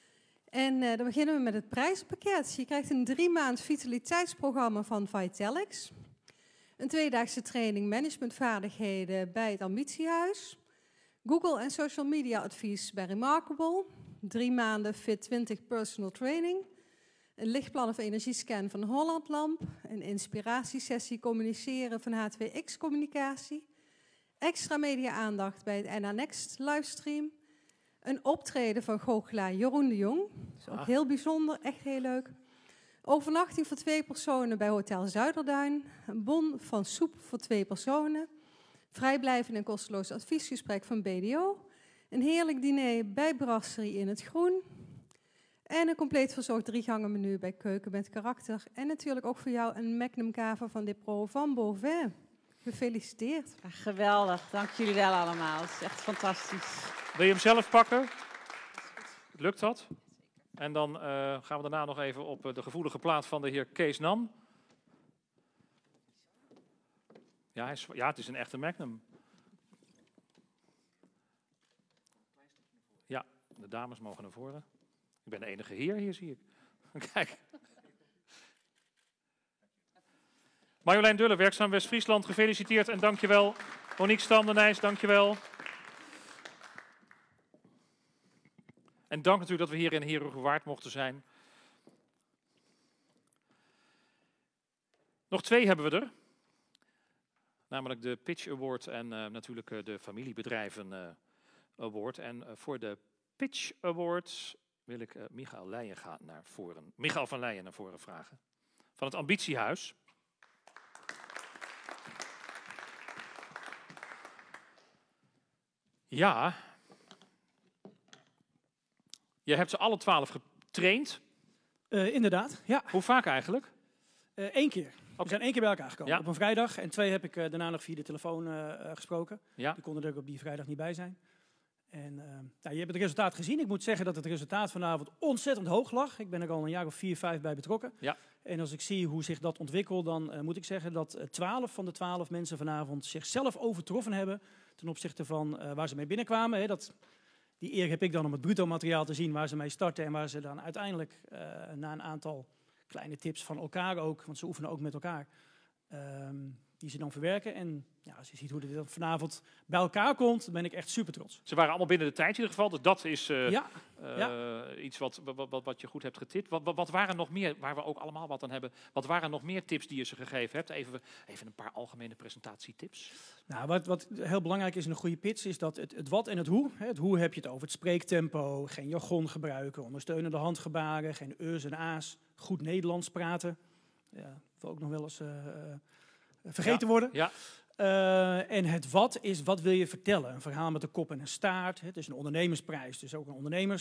En dan beginnen we met het prijspakket. Je krijgt een 3-maand vitaliteitsprogramma van Vitalix. Een 2-daagse training managementvaardigheden bij het Ambitiehuis. Google en social media advies bij Remarkable. 3 maanden Fit20 personal training. Een lichtplan of energiescan van Hollandlamp. Een inspiratiesessie communiceren van H2X Communicatie. Extra media aandacht bij het NA Next livestream. Een optreden van goochelaar Jeroen de Jong. Dat is ook heel bijzonder, echt heel leuk. Overnachting voor 2 personen bij Hotel Zuiderduin. Een bon van soep voor 2 personen. Vrijblijvend en kosteloos adviesgesprek van BDO. Een heerlijk diner bij Brasserie in het Groen. En een compleet verzorgd 3-gangen menu bij Keuken met Karakter. En natuurlijk ook voor jou een Magnum Cava van Depro van Beauvais. Gefeliciteerd. Ja, geweldig, dank jullie wel allemaal. Het is echt fantastisch. Wil je hem zelf pakken? Lukt dat? En dan gaan we daarna nog even op de gevoelige plaat van de heer Kees Nan. Ja, het is een echte Magnum. Ja, de dames mogen naar voren. Ik ben de enige heer hier, zie ik. Kijk. Marjolein Dulle, werkzaam West-Friesland, gefeliciteerd en dankjewel. Monique Standenijs, dankjewel. En dank natuurlijk dat we hier in Heerhugowaard mochten zijn. Nog 2 hebben we er. Namelijk de Pitch Award en natuurlijk de Familiebedrijven Award. En voor de Pitch Award wil ik Michael van Leijen naar voren vragen. Van het Ambitiehuis. Ja. Je hebt ze alle 12 getraind. Inderdaad, ja. Hoe vaak eigenlijk? 1 keer. We zijn 1 keer bij elkaar gekomen. Ja. Op een vrijdag. En 2 heb ik daarna nog via de telefoon gesproken. Ja. Die konden er ook op die vrijdag niet bij zijn. En je hebt het resultaat gezien. Ik moet zeggen dat het resultaat vanavond ontzettend hoog lag. Ik ben er al een jaar of 4, 5 bij betrokken. Ja. En als ik zie hoe zich dat ontwikkelt, dan moet ik zeggen dat 12 van de 12 mensen vanavond zichzelf overtroffen hebben ten opzichte van waar ze mee binnenkwamen. Hè. Die eer heb ik dan om het bruto materiaal te zien waar ze mee starten en waar ze dan uiteindelijk na een aantal kleine tips van elkaar ook, want ze oefenen ook met elkaar, die ze dan verwerken. En ja, als je ziet hoe dit dan vanavond bij elkaar komt, ben ik echt super trots. Ze waren allemaal binnen de tijd in ieder geval, dus dat is iets wat je goed hebt getipt. Wat waren nog meer, waar we ook allemaal wat aan hebben, wat waren nog meer tips die je ze gegeven hebt? Even een paar algemene presentatietips. Nou, wat heel belangrijk is in een goede pitch, is dat het wat en het hoe. Het hoe heb je het over het spreektempo, geen jargon gebruiken, ondersteunende handgebaren, geen e's en a's, goed Nederlands praten. Ja, dat wil ook nog wel eens vergeten worden. Ja. En het wat is, wat wil je vertellen? Een verhaal met een kop en een staart. Het is een ondernemersprijs, dus ook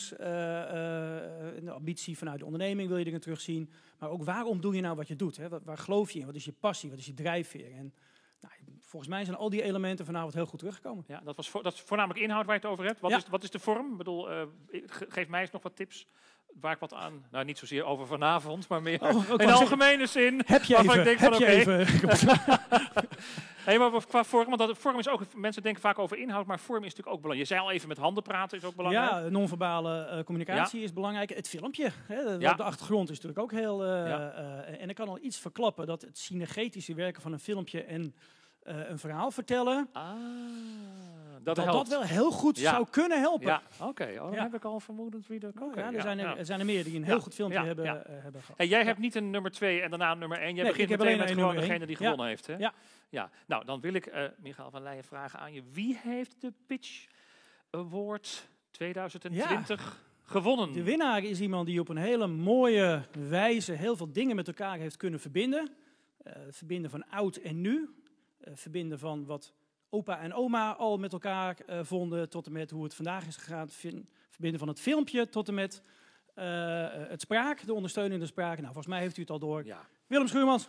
een ambitie vanuit de onderneming wil je erin terugzien. Maar ook waarom doe je nou wat je doet? Hè? Waar geloof je in? Wat is je passie? Wat is je drijfveer? En nou, volgens mij zijn al die elementen vanavond heel goed teruggekomen. Ja, dat is voornamelijk inhoud waar je het over hebt. Wat is de vorm? Ik bedoel, geef mij eens nog wat tips. Waar ik wat aan, nou niet zozeer over vanavond, maar meer in algemene zin. Heb je even? Ik denk heb van, je even? Hey, maar qua vorm, want vorm is ook, mensen denken vaak over inhoud, maar vorm is natuurlijk ook belangrijk. Je zei al even met handen praten is ook belangrijk. Ja, non-verbale communicatie is belangrijk. Het filmpje, hè, op de achtergrond is natuurlijk ook heel... En ik kan al iets verklappen dat het synergetische werken van een filmpje en een verhaal vertellen, dat wel heel goed zou kunnen helpen. Ja, oké. Dan heb ik al vermoedend wie er komt. Er zijn er meer die een heel goed filmpje hebben gehad. En jij hebt niet een nummer 2 en daarna een nummer 1. Jij begint meteen met gewoon degene die gewonnen heeft. Hè? Ja. Nou, dan wil ik Michael van Leijen vragen aan je. Wie heeft de Pitch Award 2020 gewonnen? De winnaar is iemand die op een hele mooie wijze heel veel dingen met elkaar heeft kunnen verbinden. Verbinden van oud en nu. Verbinden van wat opa en oma al met elkaar vonden, tot en met hoe het vandaag is gegaan. Verbinden van het filmpje tot en met het spraak, de ondersteunende spraak. Nou, volgens mij heeft u het al door. Ja. Willem Schuurmans.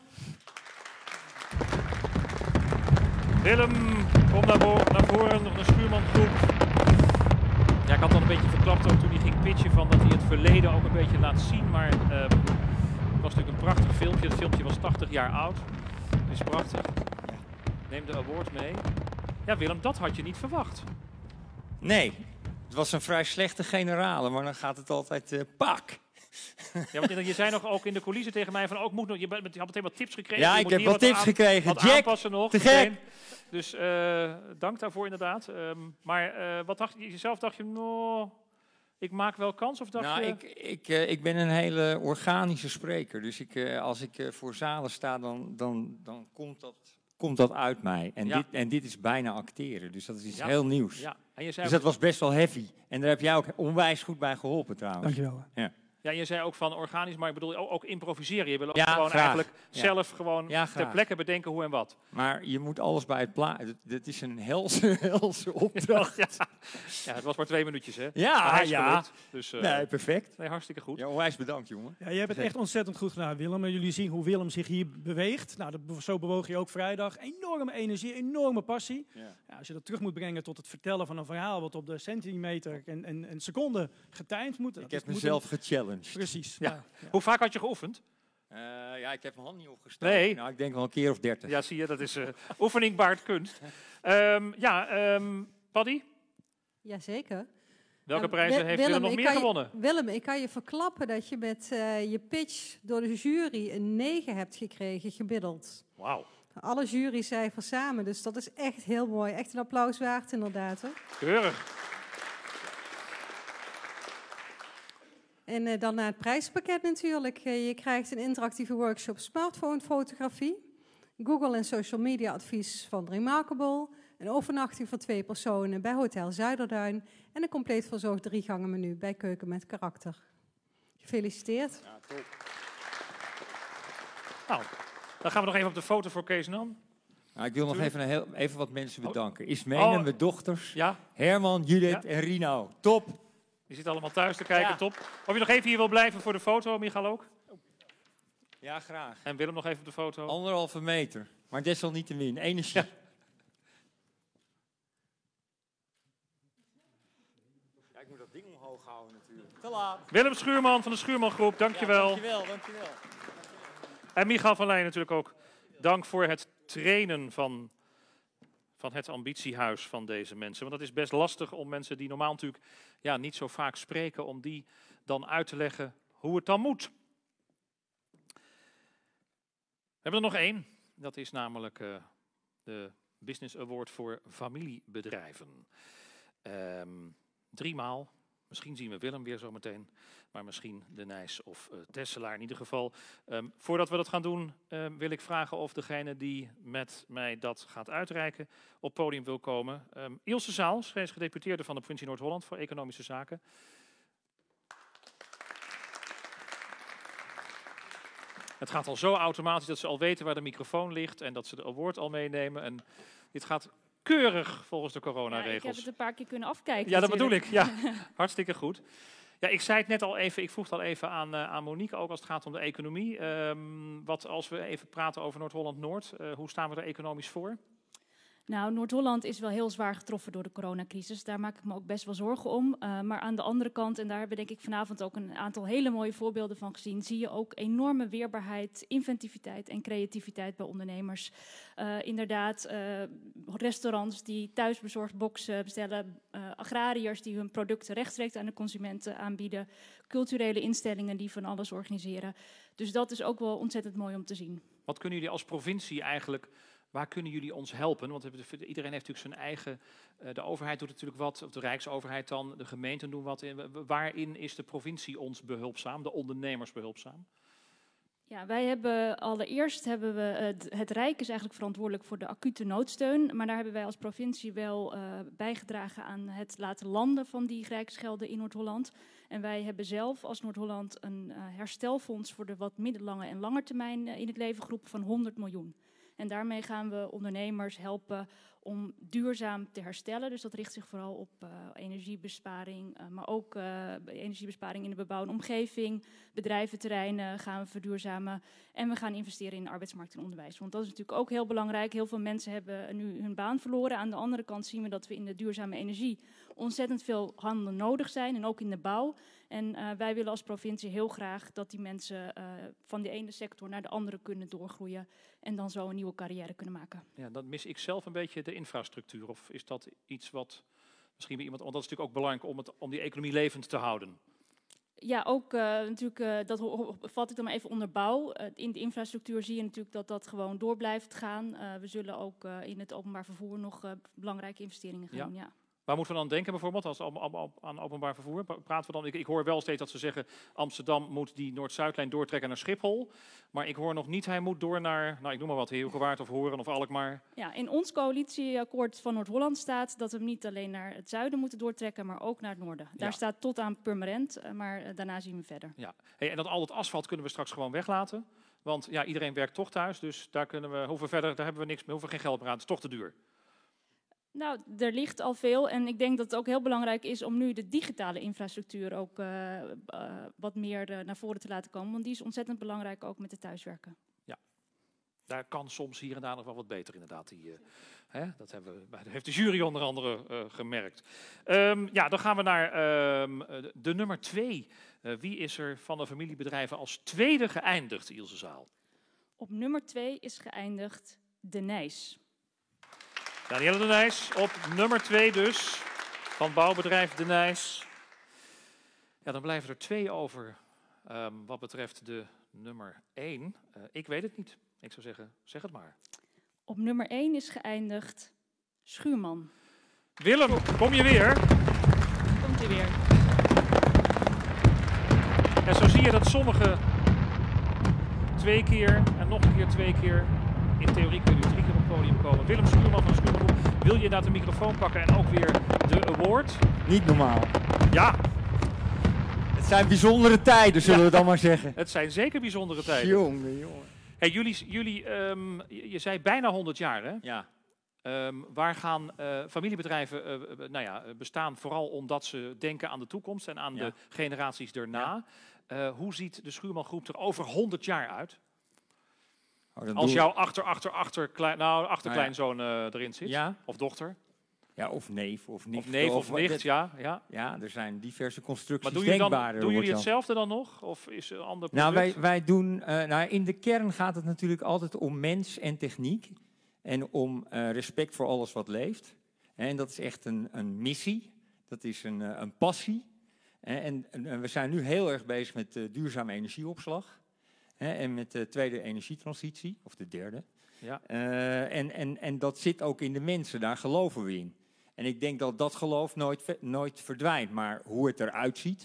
Willem, kom naar voren, nog een Schuurman-groep. Ja, ik had al een beetje verklapt ook toen hij ging pitchen van dat hij het verleden ook een beetje laat zien. Maar het was natuurlijk een prachtig filmpje. Het filmpje was 80 jaar oud. Het is prachtig. Neem de award mee. Ja, Willem, dat had je niet verwacht. Nee, het was een vrij slechte generale, maar dan gaat het altijd pak. Ja, want je zei nog ook in de coulissen tegen mij van ook je had meteen wat tips gekregen. Ja, ik heb wat tips gekregen. Wat Jack, aanpassen nog. te gek. Dus dank daarvoor inderdaad. Maar wat dacht je zelf? Dacht je, nou, ik maak wel kans? Of dacht je... Ik ben een hele organische spreker. Dus als ik voor zalen sta, dan komt dat uit mij. Ja. En dit is bijna acteren, dus dat is iets Ja. heel nieuws. Ja. En je zei Dus ook- dat was best wel heavy. En daar heb jij ook onwijs goed bij geholpen trouwens. Dankjewel. Ja. Ja, je zei ook van organisch, maar ik bedoel ook improviseren. Je wil ook Ja, gewoon graag. eigenlijk Ja. zelf gewoon Ja, ter graag. plekke bedenken hoe en wat. Maar je moet alles bij het plaatsen. Dit is een helse opdracht. Ja, het was maar 2 minuutjes, hè? Ja, Maar hij is ja. gelukt. Dus, Nee, perfect. Nee, hartstikke goed. Ja, onwijs bedankt, jongen. Ja, je hebt het echt ontzettend goed gedaan, Willem. En jullie zien hoe Willem zich hier beweegt. Nou, zo bewoog je ook vrijdag. Enorme energie, enorme passie. Ja. Ja, als je dat terug moet brengen tot het vertellen van een verhaal wat op de centimeter en seconde getimed moet. Ik heb mezelf gechallenged. Precies. Ja. Nou, ja. Hoe vaak had je geoefend? Ja, ik heb mijn hand niet opgestoken. Nee. Nou, ik denk wel een keer of 30. Ja, zie je, dat is oefening baart kunst. Paddy, Jazeker. welke Nou, prijzen heeft Willem nog ik meer kan je- gewonnen? Willem, ik kan je verklappen dat je met je pitch door de jury een 9 hebt gekregen, gemiddeld. Wauw. Alle jurycijfers samen, dus dat is echt heel mooi. Echt een applaus waard, inderdaad. Hè? Keurig. En dan naar het prijspakket natuurlijk. Je krijgt een interactieve workshop smartphone-fotografie, Google en social media advies van Remarkable, een overnachting voor 2 personen bij Hotel Zuiderduin en een compleet verzorgd 3-gangen menu bij Keuken met Karakter. Gefeliciteerd. Ja, top. Nou, dan gaan we nog even op de foto voor Kees Nan. Nou, ik wil nog Tuurlijk. even wat mensen bedanken. Ismene, Oh. mijn dochters, Ja. Herman, Judith Ja. en Rino. Top. Die zitten allemaal thuis te kijken, Ja. top. Of je nog even hier wil blijven voor de foto, Michael ook? Ja, graag. En Willem nog even op de foto. 1,5 meter. Maar desalniettemin. Energie. Ja, ik moet dat ding omhoog houden natuurlijk. Te laat. Willem Schuurman van de Schuurman Groep, dankjewel. Dankjewel, dankjewel. En Michael van Leyen natuurlijk ook. Dank voor het trainen van het ambitiehuis van deze mensen. Want dat is best lastig om mensen die normaal natuurlijk niet zo vaak spreken, om die dan uit te leggen hoe het dan moet. We hebben er nog één. Dat is namelijk de Business Award voor familiebedrijven. 3 maal. Misschien zien we Willem weer zo meteen, maar misschien de Nijs of Tesselaar in ieder geval. Voordat we dat gaan doen, wil ik vragen of degene die met mij dat gaat uitreiken op het podium wil komen. Ilse Zaal, zij is gedeputeerde van de provincie Noord-Holland voor Economische Zaken. Het gaat al zo automatisch dat ze al weten waar de microfoon ligt en dat ze de award al meenemen. En dit gaat keurig volgens de coronaregels. Ik heb het een paar keer kunnen afkijken. Ja, dat bedoel ik. natuurlijk. Ja, hartstikke goed. Ja, ik zei het net al even, ik vroeg het al even aan Monique, ook als het gaat om de economie. Wat als we even praten over Noord-Holland-Noord, hoe staan we er economisch voor? Nou, Noord-Holland is wel heel zwaar getroffen door de coronacrisis. Daar maak ik me ook best wel zorgen om. Maar aan de andere kant, en daar hebben we denk ik vanavond ook een aantal hele mooie voorbeelden van gezien, zie je ook enorme weerbaarheid, inventiviteit en creativiteit bij ondernemers. Inderdaad, restaurants die thuisbezorgd boxen bestellen, agrariërs die hun producten rechtstreeks aan de consumenten aanbieden, culturele instellingen die van alles organiseren. Dus dat is ook wel ontzettend mooi om te zien. Wat kunnen jullie als provincie eigenlijk, waar kunnen jullie ons helpen? Want iedereen heeft natuurlijk zijn eigen, de overheid doet natuurlijk wat, of de Rijksoverheid dan, de gemeenten doen wat. Waarin is de provincie ons behulpzaam, de ondernemers behulpzaam? Ja, wij hebben allereerst het Rijk is eigenlijk verantwoordelijk voor de acute noodsteun, maar daar hebben wij als provincie wel bijgedragen aan het laten landen van die rijksgelden in Noord-Holland. En wij hebben zelf als Noord-Holland een herstelfonds voor de wat middellange en lange termijn in het leven geroepen van 100 miljoen. En daarmee gaan we ondernemers helpen om duurzaam te herstellen. Dus dat richt zich vooral op energiebesparing, maar ook energiebesparing in de bebouwde omgeving. Bedrijventerreinen gaan we verduurzamen. En we gaan investeren in de arbeidsmarkt en onderwijs. Want dat is natuurlijk ook heel belangrijk. Heel veel mensen hebben nu hun baan verloren. Aan de andere kant zien we dat we in de duurzame energie ontzettend veel handen nodig zijn. En ook in de bouw. En wij willen als provincie heel graag dat die mensen van de ene sector naar de andere kunnen doorgroeien. En dan zo een nieuwe carrière kunnen maken. Ja, dan mis ik zelf een beetje de infrastructuur. Of is dat iets wat misschien bij iemand, want dat is natuurlijk ook belangrijk om die economie levend te houden. Ja, ook natuurlijk, dat vat ik dan maar even onder bouw. In de infrastructuur zie je natuurlijk dat dat gewoon door blijft gaan. We zullen ook in het openbaar vervoer nog belangrijke investeringen gaan doen. Ja. Waar moeten we dan denken bijvoorbeeld als aan openbaar vervoer? Praten we dan? Ik hoor wel steeds dat ze zeggen Amsterdam moet die Noord-Zuidlijn doortrekken naar Schiphol. Maar ik hoor nog niet hij moet door naar, nou ik noem maar wat, Heerhugowaard of Horen of Alkmaar. Ja, in ons coalitieakkoord van Noord-Holland staat dat we hem niet alleen naar het zuiden moeten doortrekken, maar ook naar het noorden. Daar staat tot aan Purmerend, maar daarna zien we verder. Ja. Hey, en dat al dat asfalt kunnen we straks gewoon weglaten. Want ja, iedereen werkt toch thuis, dus daar hoeven we niks meer, hoeven geen geld meer aan. Het is toch te duur. Nou, er ligt al veel en ik denk dat het ook heel belangrijk is om nu de digitale infrastructuur ook wat meer naar voren te laten komen. Want die is ontzettend belangrijk ook met het thuiswerken. Ja, daar kan soms hier en daar nog wel wat beter inderdaad. Dat heeft de jury onder andere gemerkt. Ja, dan gaan we naar de nummer 2. Wie is er van de familiebedrijven als tweede geëindigd, Ilse Zaal? Op nummer 2 is geëindigd De Nijs. Danielle De Nijs op nummer 2 dus, van bouwbedrijf De Nijs. Ja, dan blijven er 2 over wat betreft de nummer 1. Ik weet het niet. Ik zou zeggen, zeg het maar. Op nummer 1 is geëindigd Schuurman. Willem, kom je weer? Komt hij weer. En zo zie je dat sommigen 2 keer en nog een keer 2 keer... In theorie kun je 3 keer op het podium komen. Willem Schuurman van Schuurman Groep, wil je inderdaad de microfoon pakken en ook weer de award? Niet normaal. Ja. Het zijn bijzondere tijden, zullen we dan maar zeggen. Het zijn zeker bijzondere tijden. Jongen. Hey, jullie je zei bijna 100 jaar, hè? Ja. Waar gaan familiebedrijven bestaan vooral omdat ze denken aan de toekomst en aan de generaties daarna. Ja. Hoe ziet de Schuurman Groep er over 100 jaar uit? Als jouw achterkleinzoon erin zit, of dochter. Ja, of neef of nicht. Of neef of nicht, ja. Ja, er zijn diverse constructies maar denkbaar. Doen jullie hetzelfde dan nog? Of is er een ander product? product? Nou, wij doen... in de kern gaat het natuurlijk altijd om mens en techniek. En om respect voor alles wat leeft. En dat is echt een missie. Dat is een passie. En we zijn nu heel erg bezig met duurzame energieopslag. En met de tweede energietransitie, of de derde. Ja. En dat zit ook in de mensen, daar geloven we in. En ik denk dat dat geloof nooit verdwijnt. Maar hoe het eruit ziet...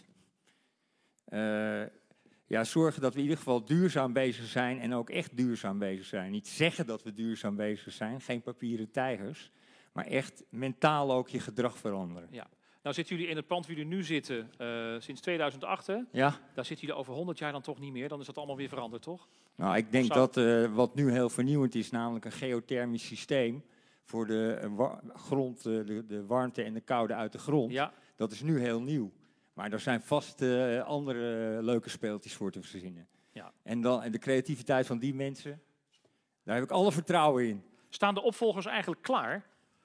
zorgen dat we in ieder geval duurzaam bezig zijn en ook echt duurzaam bezig zijn. Niet zeggen dat we duurzaam bezig zijn, geen papieren tijgers. Maar echt mentaal ook je gedrag veranderen. Ja. Nou zitten jullie in het pand waar jullie nu zitten sinds 2008, hè? Ja. Daar zitten jullie over 100 jaar dan toch niet meer? Dan is dat allemaal weer veranderd, toch? Nou, ik denk dat wat nu heel vernieuwend is, namelijk een geothermisch systeem voor de grond, de warmte en de koude uit de grond. Ja. Dat is nu heel nieuw. Maar er zijn vast andere leuke speeltjes voor te verzinnen. Ja. En de creativiteit van die mensen, daar heb ik alle vertrouwen in. Staan de opvolgers eigenlijk klaar?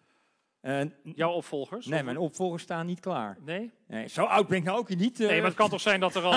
Jouw opvolgers? Nee, mijn opvolgers staan niet klaar. Nee? Nee, zo oud ben ik nou ook niet. Nee, maar het kan toch zijn dat er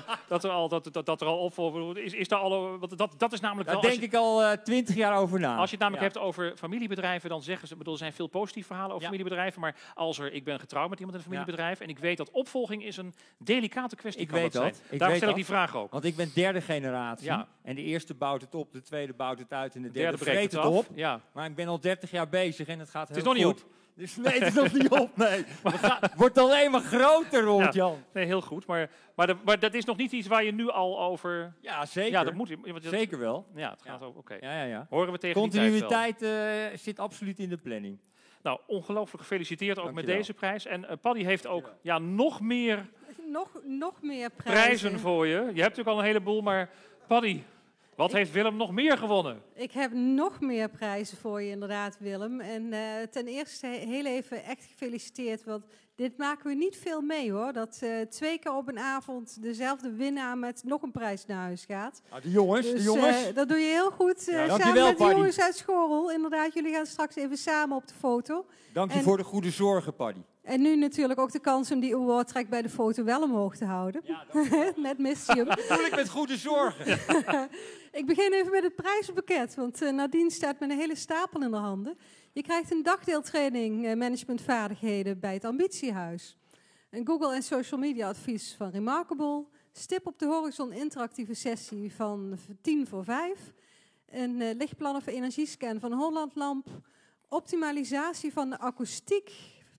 al opvolgers... Is daar al... Dat is namelijk Daar wel... denk ik al 20 jaar over na. Als je het namelijk hebt over familiebedrijven, dan zeggen ze... er zijn veel positieve verhalen over familiebedrijven, maar ik ben getrouwd met iemand in een familiebedrijf en ik weet dat opvolging is een delicate kwestie. Ik weet dat. Daarom stel ik die vraag ook. Want ik ben derde generatie. Ja. En de eerste bouwt het op, de tweede bouwt het uit en de derde breekt het op. Ja. Maar ik ben al 30 jaar bezig en het gaat heel goed. Het is nog niet op. Dus nee, het is nog niet op. Nee. Het wordt alleen maar groter, Robert-Jan. Nee, heel goed. Maar dat is nog niet iets waar je nu al over... Ja, zeker. Ja, dat moet... Zeker wel. Ja, het gaat over... Oké. Ja. Horen we tegen continuïteit zit absoluut in de planning. Nou, ongelooflijk gefeliciteerd ook met deze prijs. En Paddy heeft ook nog meer... Nog meer prijzen voor je. Je hebt natuurlijk al een heleboel, maar Paddy... Wat heeft Willem nog meer gewonnen? Ik heb nog meer prijzen voor je inderdaad, Willem. En ten eerste heel even echt gefeliciteerd, want dit maken we niet veel mee hoor. Dat 2 keer op een avond dezelfde winnaar met nog een prijs naar huis gaat. Ah, de jongens. Dat doe je heel goed samen met de jongens uit Schorrel. Inderdaad, jullie gaan straks even samen op de foto. Dank je voor de goede zorgen, Paddy. En nu natuurlijk ook de kans om die award-track bij de foto wel omhoog te houden. Ja, net mist je hem. Natuurlijk met goede zorgen. Ik begin even met het prijzenpakket, want Nadine staat met een hele stapel in de handen. Je krijgt een dagdeeltraining managementvaardigheden bij het Ambitiehuis. Een Google en social media advies van Remarkable. Stip op de horizon interactieve sessie van 4:50. Een lichtplannen voor energiescan van Holland Lamp. Optimalisatie van de akoestiek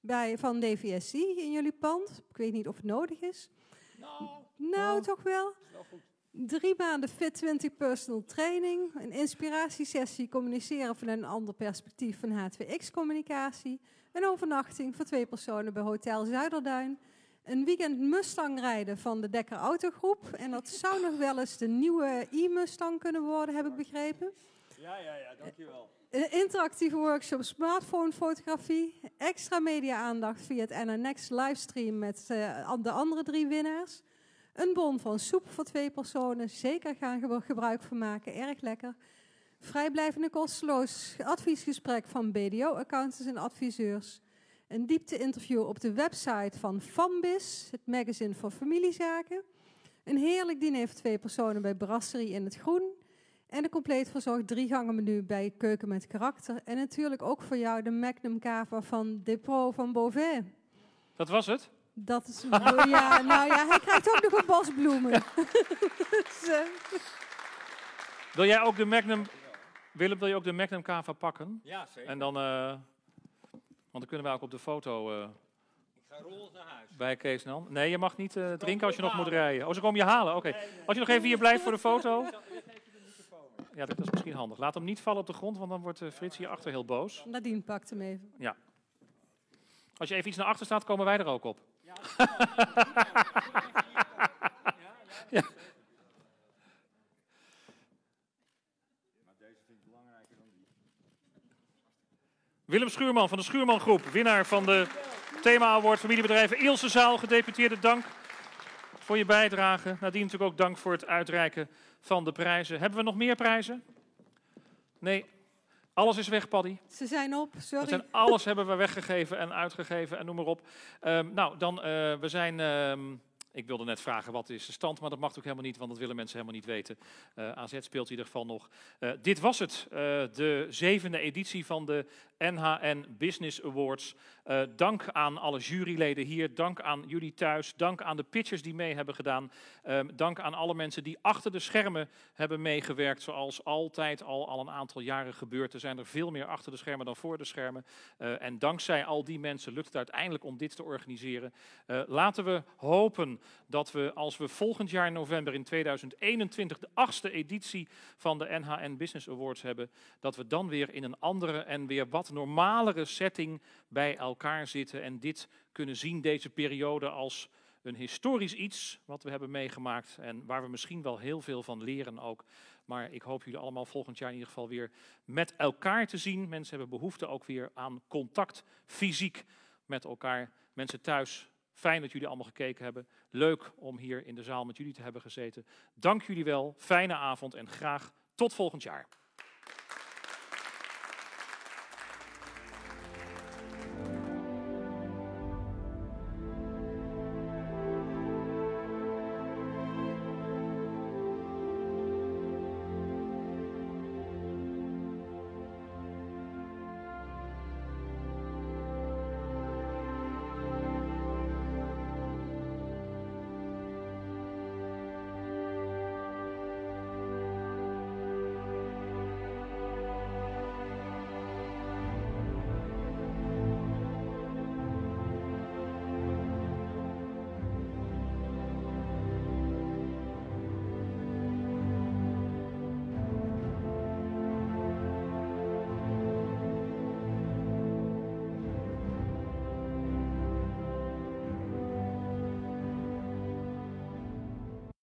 van DVSC in jullie pand. Ik weet niet of het nodig is. Nou, toch wel. 3 maanden Fit 20 personal training. Een inspiratiesessie communiceren vanuit een ander perspectief van H2X-communicatie. Een overnachting voor 2 personen bij Hotel Zuiderduin. Een weekend Mustang rijden van de Dekker Autogroep. En dat zou nog wel eens de nieuwe e-Mustang kunnen worden, heb ik begrepen. Ja, dankjewel. Een interactieve workshop smartphone-fotografie. Extra media-aandacht via het NH Next livestream met de andere 3 winnaars. Een bon van soep voor 2 personen. Zeker gaan gebruik van maken. Erg lekker. Vrijblijvende kosteloos adviesgesprek van BDO-accountants en adviseurs. Een diepte-interview op de website van Fambis, het magazine voor familiezaken. Een heerlijk diner voor 2 personen bij Brasserie in het Groen. En een compleet verzorgd 3-gangen menu bij Keuken met Karakter. En natuurlijk ook voor jou de Magnum Cava van Depro van Beauvais. Dat was het? Dat is, ja, nou ja, hij krijgt ook nog een bos bloemen. Dus, Wil jij ook de Magnum... Willem, wil je ook de Magnum Cava pakken? Ja, zeker. En dan... want dan kunnen wij ook op de foto... Ik ga rollen naar huis. Bij Kees Nan. Nee, je mag niet drinken als je nog moet rijden. Oh, ze komen je halen? Oké. Als je nog even hier blijft voor de foto... Ja, dat is misschien handig. Laat hem niet vallen op de grond, want dan wordt Frits hierachter heel boos. Nadine pakt hem even. Ja. Als je even iets naar achter staat, komen wij er ook op. Ja. Ja. Willem Schuurman van de Schuurman Groep, winnaar van de Thema Award Familiebedrijven. Ilse Zaal, gedeputeerde, dank voor je bijdrage. Nadien natuurlijk ook dank voor het uitreiken van de prijzen. Hebben we nog meer prijzen? Nee. Alles is weg, Paddy. Ze zijn op, sorry. Alles hebben we weggegeven en uitgegeven en noem maar op. Nou, dan, we zijn... ik wilde net vragen wat is de stand, maar dat mag ook helemaal niet, want dat willen mensen helemaal niet weten. AZ speelt in ieder geval nog. Dit was het, de 7e editie van de NHN Business Awards. Dank aan alle juryleden hier, dank aan jullie thuis, dank aan de pitchers die mee hebben gedaan. Dank aan alle mensen die achter de schermen hebben meegewerkt, zoals altijd al een aantal jaren gebeurt. Er zijn er veel meer achter de schermen dan voor de schermen. En dankzij al die mensen lukt het uiteindelijk om dit te organiseren. Laten we hopen dat we, als we volgend jaar in november in 2021 de 8e editie van de NHN Business Awards hebben, dat we dan weer in een andere en weer wat normalere setting bij elkaar zitten en dit kunnen zien, deze periode, als een historisch iets wat we hebben meegemaakt en waar we misschien wel heel veel van leren ook. Maar ik hoop jullie allemaal volgend jaar in ieder geval weer met elkaar te zien. Mensen hebben behoefte ook weer aan contact, fysiek met elkaar. Mensen thuis, fijn dat jullie allemaal gekeken hebben. Leuk om hier in de zaal met jullie te hebben gezeten. Dank jullie wel, fijne avond en graag tot volgend jaar.